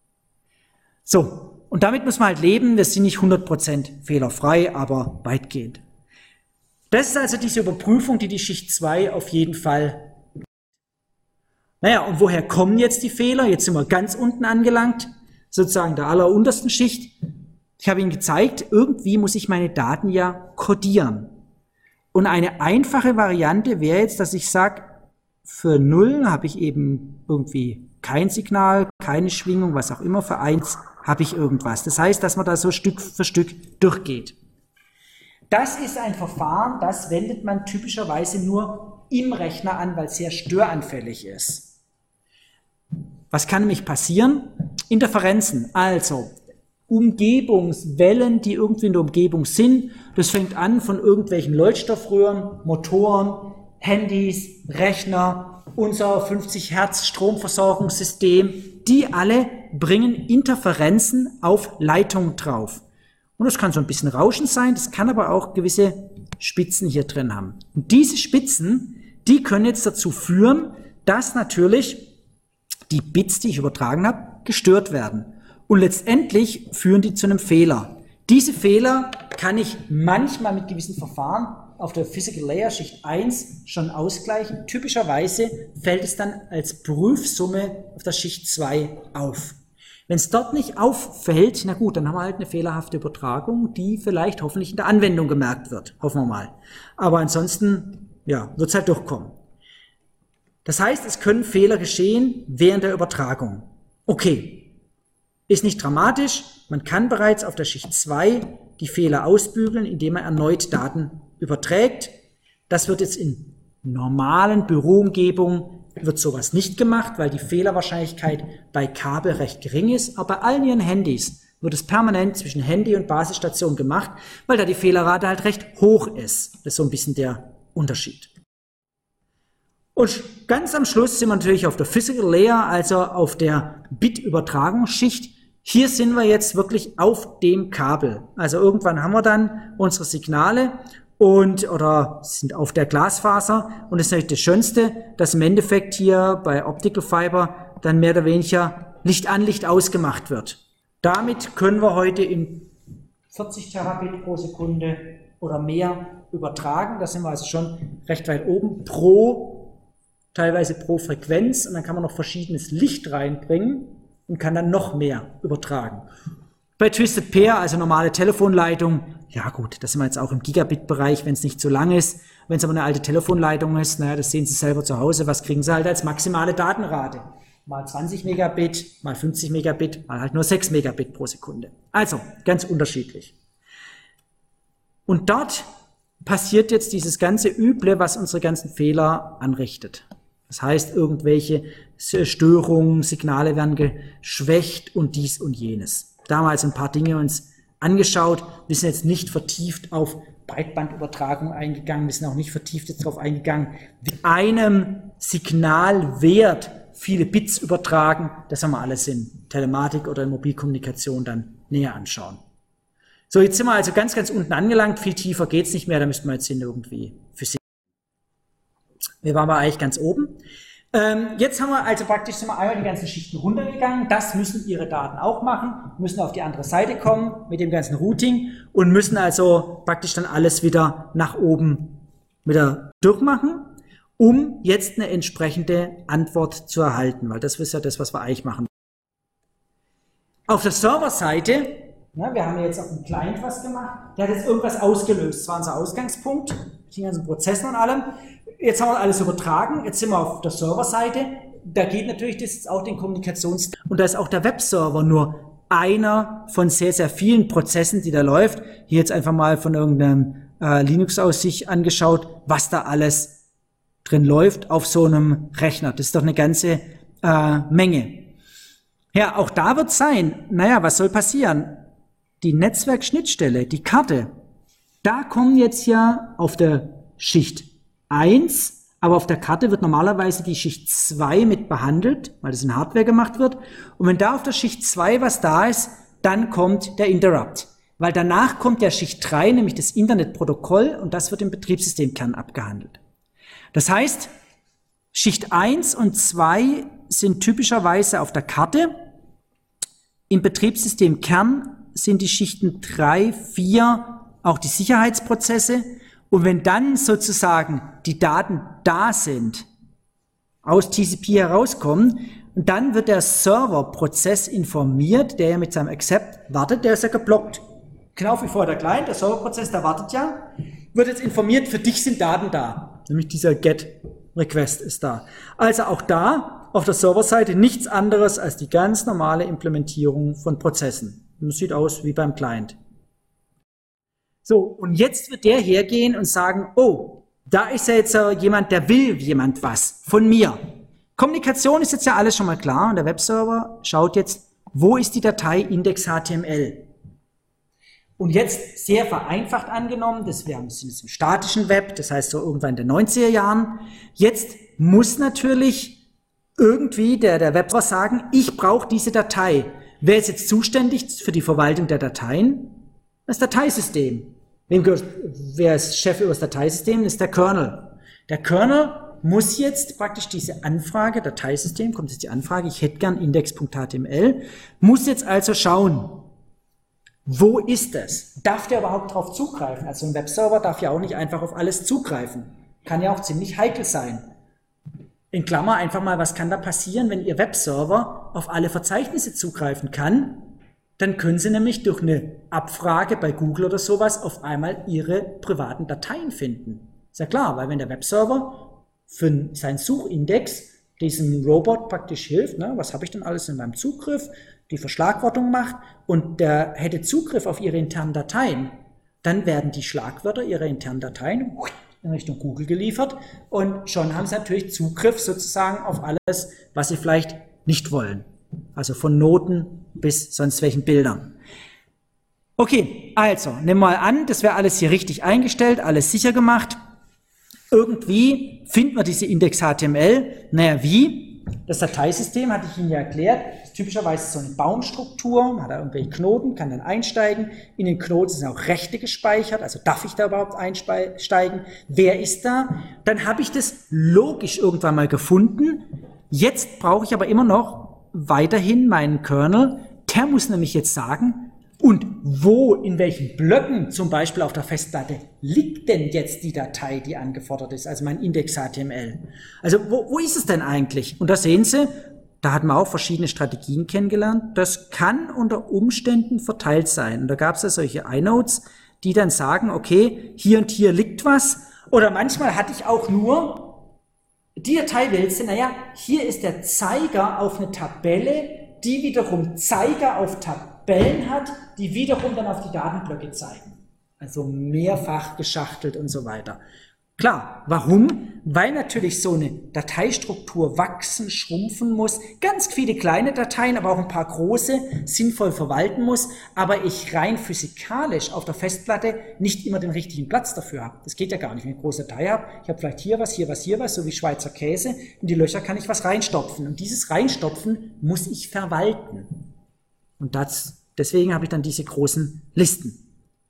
So, und damit muss man halt leben, wir sind nicht hundert Prozent fehlerfrei, aber weitgehend. Das ist also diese Überprüfung, die die Schicht zwei auf jeden Fall. Naja, und woher kommen jetzt die Fehler? Jetzt sind wir ganz unten angelangt, sozusagen der alleruntersten Schicht. Ich habe Ihnen gezeigt, irgendwie muss ich meine Daten ja codieren. Und eine einfache Variante wäre jetzt, dass ich sage, für null habe ich eben irgendwie kein Signal, keine Schwingung, was auch immer, für eins habe ich irgendwas. Das heißt, dass man da so Stück für Stück durchgeht. Das ist ein Verfahren, das wendet man typischerweise nur im Rechner an, weil es sehr störanfällig ist. Was kann nämlich passieren? Interferenzen, also Umgebungswellen, die irgendwie in der Umgebung sind. Das fängt an von irgendwelchen Leuchtstoffröhren, Motoren, Handys, Rechner, unser fünfzig Hertz Stromversorgungssystem. Die alle bringen Interferenzen auf Leitungen drauf. Und das kann so ein bisschen Rauschen sein, das kann aber auch gewisse Spitzen hier drin haben. Und diese Spitzen, die können jetzt dazu führen, dass natürlich die Bits, die ich übertragen habe, gestört werden. Und letztendlich führen die zu einem Fehler. Diese Fehler kann ich manchmal mit gewissen Verfahren auf der Physical Layer Schicht eins schon ausgleichen. Typischerweise fällt es dann als Prüfsumme auf der Schicht zwei auf. Wenn es dort nicht auffällt, na gut, dann haben wir halt eine fehlerhafte Übertragung, die vielleicht hoffentlich in der Anwendung gemerkt wird. Hoffen wir mal. Aber ansonsten, ja, wird es halt durchkommen. Das heißt, es können Fehler geschehen während der Übertragung. Okay, ist nicht dramatisch. Man kann bereits auf der Schicht zwei die Fehler ausbügeln, indem man erneut Daten überträgt. Das wird jetzt in normalen Büroumgebungen wird sowas nicht gemacht, weil die Fehlerwahrscheinlichkeit bei Kabel recht gering ist. Aber bei allen Ihren Handys wird es permanent zwischen Handy und Basisstation gemacht, weil da die Fehlerrate halt recht hoch ist. Das ist so ein bisschen der Unterschied. Und ganz am Schluss sind wir natürlich auf der Physical Layer, also auf der Bit-Übertragungsschicht. Hier sind wir jetzt wirklich auf dem Kabel. Also irgendwann haben wir dann unsere Signale und oder sind auf der Glasfaser. Und das ist natürlich das Schönste, dass im Endeffekt hier bei Optical Fiber dann mehr oder weniger Licht an, Licht aus gemacht wird. Damit können wir heute in vierzig Terabit pro Sekunde oder mehr übertragen. Da sind wir also schon recht weit oben pro, teilweise pro Frequenz. Und dann kann man noch verschiedenes Licht reinbringen und kann dann noch mehr übertragen. Bei Twisted Pair, also normale Telefonleitung, ja gut, da sind wir jetzt auch im Gigabit-Bereich, wenn es nicht zu lang ist. Wenn es aber eine alte Telefonleitung ist, naja, das sehen Sie selber zu Hause, was kriegen Sie halt als maximale Datenrate? Mal zwanzig Megabit, mal fünfzig Megabit, mal halt nur sechs Megabit pro Sekunde. Also, ganz unterschiedlich. Und dort passiert jetzt dieses ganze Üble, was unsere ganzen Fehler anrichtet. Das heißt, irgendwelche Störungen, Signale werden geschwächt und dies und jenes. Damals ein paar Dinge uns angeschaut. Wir sind jetzt nicht vertieft auf Breitbandübertragung eingegangen. Wir sind auch nicht vertieft jetzt darauf eingegangen, wie einem Signalwert viele Bits übertragen. Das haben wir alles in Telematik oder in Mobilkommunikation dann näher anschauen. So, jetzt sind wir also ganz, ganz unten angelangt. Viel tiefer geht's nicht mehr. Da müssten wir jetzt hin irgendwie Physik. Wir waren aber eigentlich ganz oben. Ähm, jetzt haben wir also praktisch sind wir einmal die ganzen Schichten runtergegangen. Das müssen Ihre Daten auch machen, müssen auf die andere Seite kommen mit dem ganzen Routing und müssen also praktisch dann alles wieder nach oben wieder durchmachen, um jetzt eine entsprechende Antwort zu erhalten, weil das ist ja das, was wir eigentlich machen. Auf der Serverseite, na, wir haben jetzt auf dem Client was gemacht, der hat jetzt irgendwas ausgelöst. Das war unser Ausgangspunkt, mit den ganzen Prozessen und allem. Jetzt haben wir alles übertragen, jetzt sind wir auf der Serverseite, da geht natürlich das jetzt auch den Kommunikations- und da ist auch der Webserver nur einer von sehr, sehr vielen Prozessen, die da läuft. Hier jetzt einfach mal von irgendeinem äh, Linux aus sich angeschaut, was da alles drin läuft auf so einem Rechner. Das ist doch eine ganze äh, Menge. Ja, auch da wird es sein, naja, was soll passieren? Die Netzwerkschnittstelle, die Karte, da kommen jetzt ja auf der Schicht eins, aber auf der Karte wird normalerweise die Schicht zwei mit behandelt, weil das in Hardware gemacht wird. Und wenn da auf der Schicht zwei was da ist, dann kommt der Interrupt. Weil danach kommt der Schicht drei, nämlich das Internetprotokoll, und das wird im Betriebssystemkern abgehandelt. Das heißt, Schicht eins und zwei sind typischerweise auf der Karte. Im Betriebssystemkern sind die Schichten drei, vier auch die Sicherheitsprozesse. Und wenn dann sozusagen die Daten da sind, aus T C P herauskommen, und dann wird der Serverprozess informiert, der ja mit seinem Accept wartet, der ist ja geblockt. Genau wie vorher der Client, der Serverprozess, der wartet ja, wird jetzt informiert, für dich sind Daten da. Nämlich dieser Get-Request ist da. Also auch da auf der Serverseite nichts anderes als die ganz normale Implementierung von Prozessen. Das sieht aus wie beim Client. So, und jetzt wird der hergehen und sagen, oh, da ist ja jetzt äh, jemand, der will jemand was von mir. Kommunikation ist jetzt ja alles schon mal klar und der Webserver schaut jetzt, wo ist die Datei Index.html? Und jetzt sehr vereinfacht angenommen, das wäre ein bisschen im statischen Web, das heißt so irgendwann in den neunziger Jahren, jetzt muss natürlich irgendwie der, der Webserver sagen, ich brauche diese Datei. Wer ist jetzt zuständig für die Verwaltung der Dateien? Das Dateisystem. Wem gehört, wer ist Chef über das Dateisystem? Das ist der Kernel. Der Kernel muss jetzt praktisch diese Anfrage, Dateisystem, kommt jetzt die Anfrage, ich hätte gern index.html, muss jetzt also schauen, wo ist es? Darf der überhaupt darauf zugreifen? Also ein Webserver darf ja auch nicht einfach auf alles zugreifen. Kann ja auch ziemlich heikel sein. In Klammer einfach mal, was kann da passieren, wenn Ihr Webserver auf alle Verzeichnisse zugreifen kann? Dann können Sie nämlich durch eine Abfrage bei Google oder sowas auf einmal Ihre privaten Dateien finden. Ist ja klar, weil wenn der Webserver für seinen Suchindex diesem Robot praktisch hilft, ne, was habe ich denn alles in meinem Zugriff, die Verschlagwortung macht und der hätte Zugriff auf Ihre internen Dateien, dann werden die Schlagwörter Ihrer internen Dateien in Richtung Google geliefert und schon haben Sie natürlich Zugriff sozusagen auf alles, was Sie vielleicht nicht wollen. Also von Noten bis sonst welchen Bildern. Okay, also nehmen wir mal an, das wäre alles hier richtig eingestellt, alles sicher gemacht. Irgendwie finden wir diese Index-H T M L. Naja, wie? Das Dateisystem hatte ich Ihnen ja erklärt, ist typischerweise so eine Baumstruktur, man hat da irgendwelche Knoten, kann dann einsteigen. In den Knoten sind auch Rechte gespeichert, also darf ich da überhaupt einsteigen? Wer ist da? Dann habe ich das logisch irgendwann mal gefunden. Jetzt brauche ich aber immer noch weiterhin meinen Kernel. Der muss nämlich jetzt sagen, und wo, in welchen Blöcken, zum Beispiel auf der Festplatte, liegt denn jetzt die Datei, die angefordert ist, also mein Index-H T M L? Also wo, wo ist es denn eigentlich? Und da sehen Sie, da hatten wir auch verschiedene Strategien kennengelernt. Das kann unter Umständen verteilt sein. Und da gab es ja solche iNodes, die dann sagen, okay, hier und hier liegt was. Oder manchmal hatte ich auch nur die Dateiwälze, naja, hier ist der Zeiger auf eine Tabelle, die wiederum Zeiger auf Tabellen hat, die wiederum dann auf die Datenblöcke zeigen. Also mehrfach geschachtelt und so weiter. Klar, warum? Weil natürlich so eine Dateistruktur wachsen, schrumpfen muss, ganz viele kleine Dateien, aber auch ein paar große, sinnvoll verwalten muss, aber ich rein physikalisch auf der Festplatte nicht immer den richtigen Platz dafür habe. Das geht ja gar nicht, wenn ich eine große Datei habe. Ich habe vielleicht hier was, hier was, hier was, so wie Schweizer Käse. In die Löcher kann ich was reinstopfen. Und dieses Reinstopfen muss ich verwalten. Und das, deswegen habe ich dann diese großen Listen.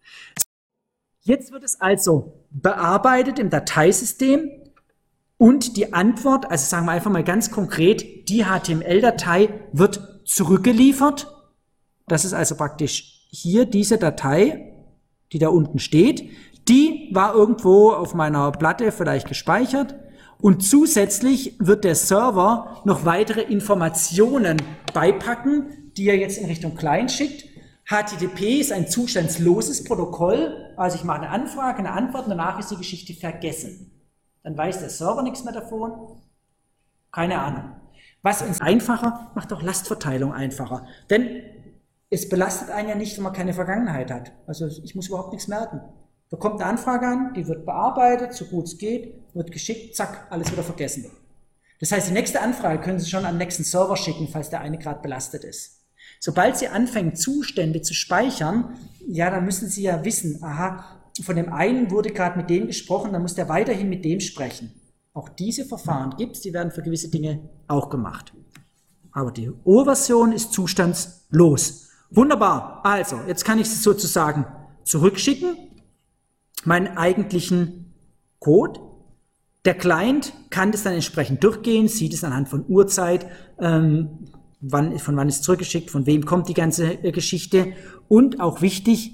Jetzt wird es also bearbeitet im Dateisystem und die Antwort, also sagen wir einfach mal ganz konkret, die H T M L-Datei wird zurückgeliefert. Das ist also praktisch hier diese Datei, die da unten steht. Die war irgendwo auf meiner Platte vielleicht gespeichert und zusätzlich wird der Server noch weitere Informationen beipacken, die er jetzt in Richtung Client schickt. H T T P ist ein zustandsloses Protokoll, also ich mache eine Anfrage, eine Antwort und danach ist die Geschichte vergessen. Dann weiß der Server nichts mehr davon, keine Ahnung. Was uns einfacher, macht auch Lastverteilung einfacher, denn es belastet einen ja nicht, wenn man keine Vergangenheit hat. Also ich muss überhaupt nichts merken. Da kommt eine Anfrage an, die wird bearbeitet, so gut es geht, wird geschickt, zack, alles wieder vergessen. Das heißt, die nächste Anfrage können Sie schon an den nächsten Server schicken, falls der eine gerade belastet ist. Sobald Sie anfangen, Zustände zu speichern, ja, dann müssen Sie ja wissen, aha, von dem einen wurde gerade mit dem gesprochen, dann muss der weiterhin mit dem sprechen. Auch diese Verfahren gibt es, die werden für gewisse Dinge auch gemacht. Aber die Urversion ist zustandslos. Wunderbar, also, jetzt kann ich es sozusagen zurückschicken, meinen eigentlichen Code. Der Client kann das dann entsprechend durchgehen, sieht es anhand von Uhrzeit, ähm, Wann, von wann ist zurückgeschickt, von wem kommt die ganze äh, Geschichte und auch wichtig,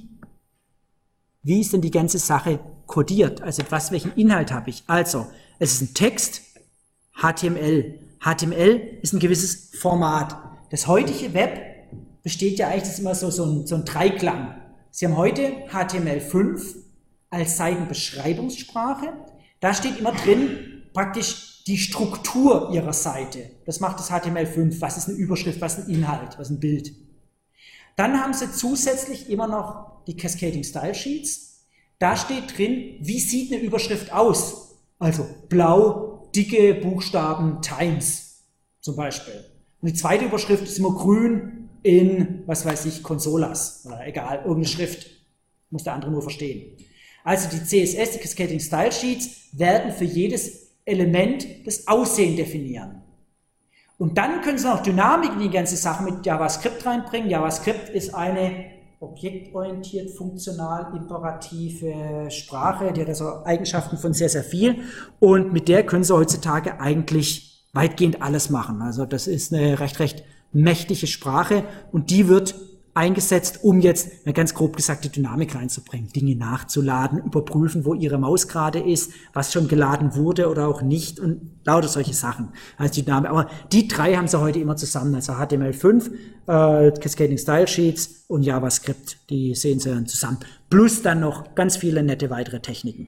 wie ist denn die ganze Sache kodiert, also was, welchen Inhalt habe ich. Also, es ist ein Text, H T M L. H T M L ist ein gewisses Format. Das heutige Web besteht ja eigentlich, das ist immer so, so, ein, so ein Dreiklang. Sie haben heute H T M L fünf als Seitenbeschreibungssprache. Da steht immer drin, praktisch die Struktur Ihrer Seite. Das macht das H T M L fünf. Was ist eine Überschrift, was ist ein Inhalt, was ist ein Bild. Dann haben Sie zusätzlich immer noch die Cascading Style Sheets. Da steht drin, wie sieht eine Überschrift aus. Also blau, dicke Buchstaben, Times zum Beispiel. Und die zweite Überschrift ist immer grün in, was weiß ich, Consolas. Oder egal, irgendeine Schrift. Muss der andere nur verstehen. Also die C S S, die Cascading Style Sheets, werden für jedes Element das Aussehen definieren. Und dann können Sie noch Dynamik in die ganze Sache mit JavaScript reinbringen. JavaScript ist eine objektorientiert, funktional, imperative Sprache, die hat also Eigenschaften von sehr, sehr viel. Und mit der können Sie heutzutage eigentlich weitgehend alles machen. Also das ist eine recht, recht mächtige Sprache und die wird eingesetzt, um jetzt, ganz grob gesagt, die Dynamik reinzubringen, Dinge nachzuladen, überprüfen, wo Ihre Maus gerade ist, was schon geladen wurde oder auch nicht und lauter solche Sachen als Dynamik. Aber die drei haben sie heute immer zusammen, also H T M L fünf, äh, Cascading Style Sheets und JavaScript, die sehen Sie dann zusammen. Plus dann noch ganz viele nette weitere Techniken.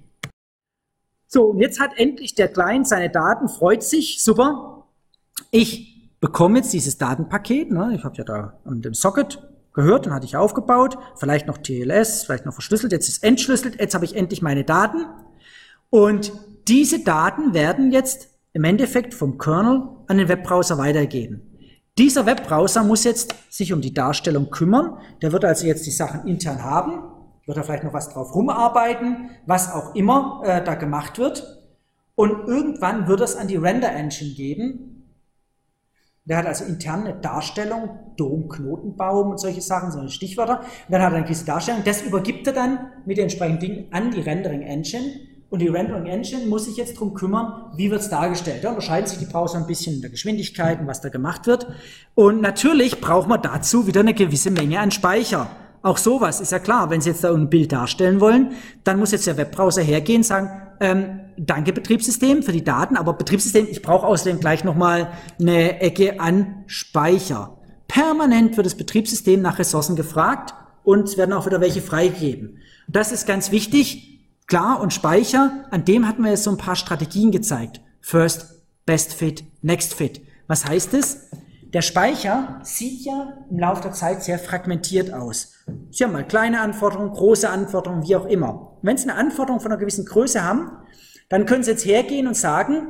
So, und jetzt hat endlich der Client seine Daten, freut sich, super. Ich bekomme jetzt dieses Datenpaket, ne, ich habe ja da an dem Socket gehört, dann hatte ich aufgebaut, vielleicht noch T L S, vielleicht noch verschlüsselt, jetzt ist entschlüsselt, jetzt habe ich endlich meine Daten und diese Daten werden jetzt im Endeffekt vom Kernel an den Webbrowser weitergegeben. Dieser Webbrowser muss jetzt sich um die Darstellung kümmern, der wird also jetzt die Sachen intern haben, wird da vielleicht noch was drauf rumarbeiten, was auch immer äh, da gemacht wird und irgendwann wird es an die Render Engine geben. Der hat also intern eine Darstellung, Dom, Knotenbaum und solche Sachen, so Stichwörter. Und dann hat er eine gewisse Darstellung. Das übergibt er dann mit den entsprechenden Dingen an die Rendering Engine. Und die Rendering Engine muss sich jetzt darum kümmern, wie wird es dargestellt. Da unterscheiden sich die Browser ein bisschen in der Geschwindigkeit und was da gemacht wird. Und natürlich braucht man dazu wieder eine gewisse Menge an Speicher. Auch sowas ist ja klar, wenn Sie jetzt da ein Bild darstellen wollen, dann muss jetzt der Webbrowser hergehen und sagen, ähm, danke Betriebssystem für die Daten, aber Betriebssystem, ich brauche außerdem gleich nochmal eine Ecke an Speicher. Permanent wird das Betriebssystem nach Ressourcen gefragt und es werden auch wieder welche freigegeben. Das ist ganz wichtig, klar, und Speicher, an dem hatten wir jetzt so ein paar Strategien gezeigt. First, Best Fit, Next Fit. Was heißt es? Der Speicher sieht ja im Laufe der Zeit sehr fragmentiert aus. Sie haben mal kleine Anforderungen, große Anforderungen, wie auch immer. Wenn Sie eine Anforderung von einer gewissen Größe haben, dann können Sie jetzt hergehen und sagen,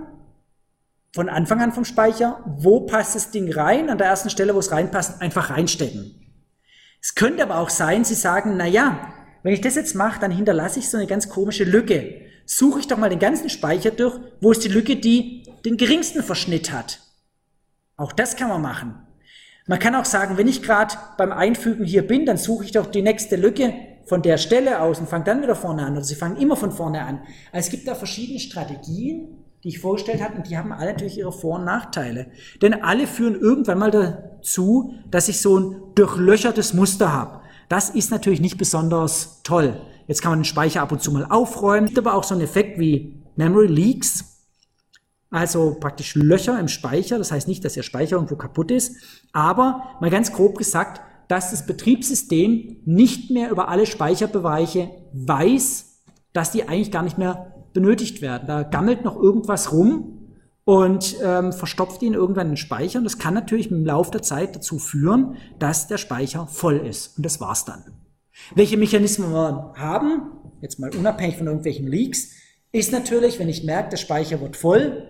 von Anfang an vom Speicher, wo passt das Ding rein, an der ersten Stelle, wo es reinpasst, einfach reinstecken. Es könnte aber auch sein, Sie sagen, na ja, wenn ich das jetzt mache, dann hinterlasse ich so eine ganz komische Lücke. Suche ich doch mal den ganzen Speicher durch, wo ist die Lücke, die den geringsten Verschnitt hat. Auch das kann man machen. Man kann auch sagen, wenn ich gerade beim Einfügen hier bin, dann suche ich doch die nächste Lücke von der Stelle aus und fange dann wieder vorne an. Oder Sie fangen immer von vorne an. Also es gibt da verschiedene Strategien, die ich vorgestellt habe, und die haben alle natürlich ihre Vor- und Nachteile. Denn alle führen irgendwann mal dazu, dass ich so ein durchlöchertes Muster habe. Das ist natürlich nicht besonders toll. Jetzt kann man den Speicher ab und zu mal aufräumen. Es gibt aber auch so einen Effekt wie Memory Leaks. Also praktisch Löcher im Speicher, das heißt nicht, dass der Speicher irgendwo kaputt ist, aber mal ganz grob gesagt, dass das Betriebssystem nicht mehr über alle Speicherbereiche weiß, dass die eigentlich gar nicht mehr benötigt werden. Da gammelt noch irgendwas rum und ähm, verstopft ihn irgendwann in den Speicher und das kann natürlich im Laufe der Zeit dazu führen, dass der Speicher voll ist und das war's dann. Welche Mechanismen wir haben, jetzt mal unabhängig von irgendwelchen Leaks, ist natürlich, wenn ich merke, der Speicher wird voll,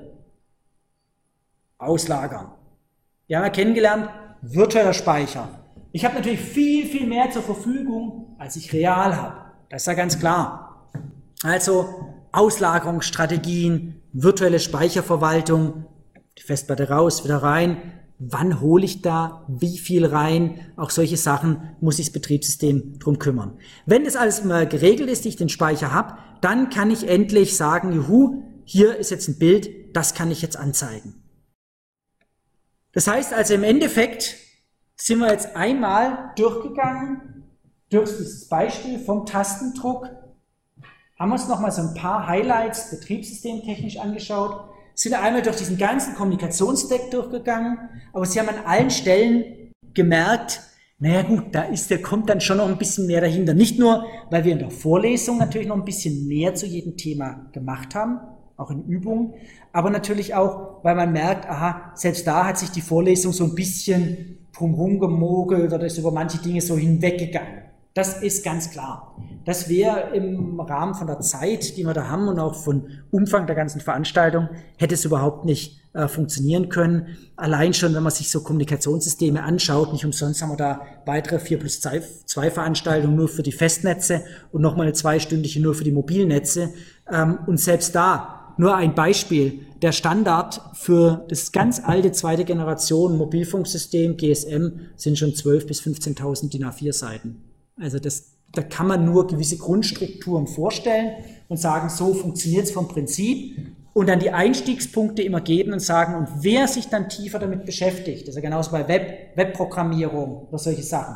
auslagern. Wir haben ja kennengelernt, virtueller Speicher. Ich habe natürlich viel, viel mehr zur Verfügung, als ich real habe. Das ist ja ganz klar. Also Auslagerungsstrategien, virtuelle Speicherverwaltung, die Festplatte raus, wieder rein. Wann hole ich da wie viel rein? Auch solche Sachen muss sich das Betriebssystem drum kümmern. Wenn das alles mal geregelt ist, ich den Speicher habe, dann kann ich endlich sagen, juhu, hier ist jetzt ein Bild, das kann ich jetzt anzeigen. Das heißt also im Endeffekt sind wir jetzt einmal durchgegangen durch dieses Beispiel vom Tastendruck, haben uns nochmal so ein paar Highlights betriebssystemtechnisch angeschaut, sind einmal durch diesen ganzen Kommunikationsstack durchgegangen, aber Sie haben an allen Stellen gemerkt, naja gut, da ist, da kommt dann schon noch ein bisschen mehr dahinter. Nicht nur, weil wir in der Vorlesung natürlich noch ein bisschen mehr zu jedem Thema gemacht haben, auch in Übungen, aber natürlich auch, weil man merkt, aha, selbst da hat sich die Vorlesung so ein bisschen drumherum gemogelt oder ist über manche Dinge so hinweggegangen. Das ist ganz klar. Das wäre im Rahmen von der Zeit, die wir da haben und auch von Umfang der ganzen Veranstaltung, hätte es überhaupt nicht äh, funktionieren können. Allein schon, wenn man sich so Kommunikationssysteme anschaut, nicht umsonst haben wir da weitere vier plus zwei Veranstaltungen nur für die Festnetze und nochmal eine zweistündige nur für die Mobilnetze. Ähm, und selbst da, nur ein Beispiel, der Standard für das ganz alte zweite Generation Mobilfunksystem G S M sind schon zwölftausend bis fünfzehntausend D I N A vier Seiten. Also das, da kann man nur gewisse Grundstrukturen vorstellen und sagen, so funktioniert es vom Prinzip und dann die Einstiegspunkte immer geben und sagen, und wer sich dann tiefer damit beschäftigt, das ist ja genauso bei Web, Webprogrammierung oder solche Sachen,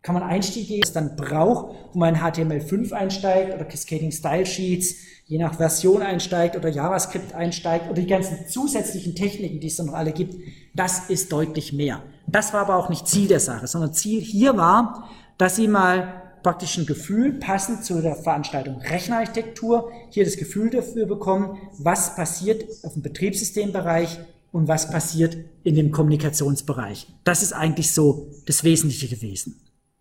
kann man Einstiege, was dann braucht, wo man in H T M L fünf einsteigt oder Cascading Style Sheets, je nach Version einsteigt oder JavaScript einsteigt oder die ganzen zusätzlichen Techniken, die es dann noch alle gibt, das ist deutlich mehr. Das war aber auch nicht Ziel der Sache, sondern Ziel hier war, dass Sie mal praktisch ein Gefühl passend zu der Veranstaltung Rechnerarchitektur hier das Gefühl dafür bekommen, was passiert auf dem Betriebssystembereich und was passiert in dem Kommunikationsbereich. Das ist eigentlich so das Wesentliche gewesen.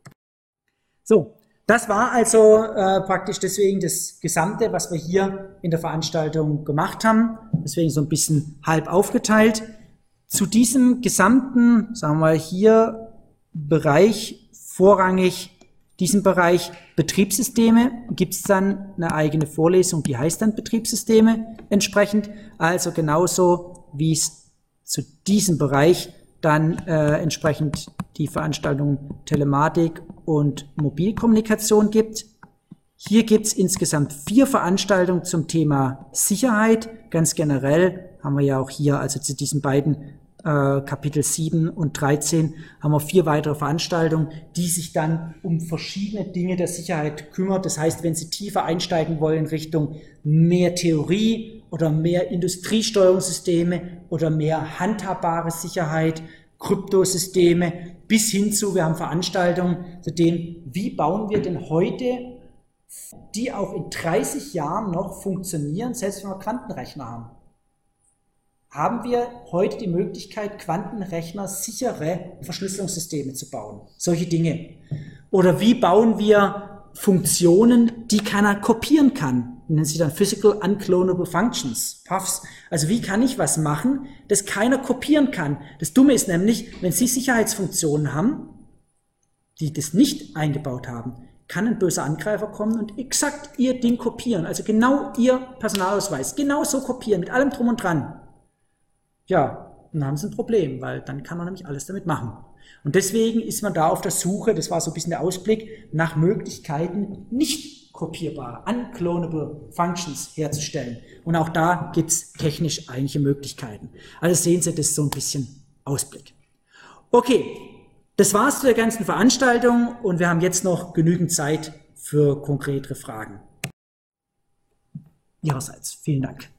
So, das war also äh, praktisch deswegen das Gesamte, was wir hier in der Veranstaltung gemacht haben. Deswegen so ein bisschen halb aufgeteilt. Zu diesem gesamten, sagen wir mal hier, Bereich, vorrangig diesen Bereich Betriebssysteme, gibt es dann eine eigene Vorlesung, die heißt dann Betriebssysteme entsprechend. Also genauso wie es zu diesem Bereich dann äh, entsprechend die Veranstaltung Telematik und Mobilkommunikation gibt. Hier gibt es insgesamt vier Veranstaltungen zum Thema Sicherheit. Ganz generell haben wir ja auch hier, also zu diesen beiden äh, Kapitel sieben und dreizehn, haben wir vier weitere Veranstaltungen, die sich dann um verschiedene Dinge der Sicherheit kümmern. Das heißt, wenn Sie tiefer einsteigen wollen in Richtung mehr Theorie oder mehr Industriesteuerungssysteme oder mehr handhabbare Sicherheit, Kryptosysteme, bis hin zu, wir haben Veranstaltungen zu dem, wie bauen wir denn heute, die auch in dreißig Jahren noch funktionieren, selbst wenn wir Quantenrechner haben. Haben wir heute die Möglichkeit, Quantenrechner sichere Verschlüsselungssysteme zu bauen? Solche Dinge. Oder wie bauen wir Funktionen, die keiner kopieren kann? Nennen sie dann Physical Unclonable Functions, P U Fs. Also wie kann ich was machen, das keiner kopieren kann? Das Dumme ist nämlich, wenn Sie Sicherheitsfunktionen haben, die das nicht eingebaut haben, kann ein böser Angreifer kommen und exakt Ihr Ding kopieren. Also genau Ihr Personalausweis, genau so kopieren, mit allem drum und dran. Ja, dann haben Sie ein Problem, weil dann kann man nämlich alles damit machen. Und deswegen ist man da auf der Suche, das war so ein bisschen der Ausblick, nach Möglichkeiten, nicht kopierbare, unclonable Functions herzustellen. Und auch da gibt es technisch einige Möglichkeiten. Also sehen Sie, das ist so ein bisschen Ausblick. Okay, das war's zu der ganzen Veranstaltung und wir haben jetzt noch genügend Zeit für konkretere Fragen. Ihrerseits. Vielen Dank.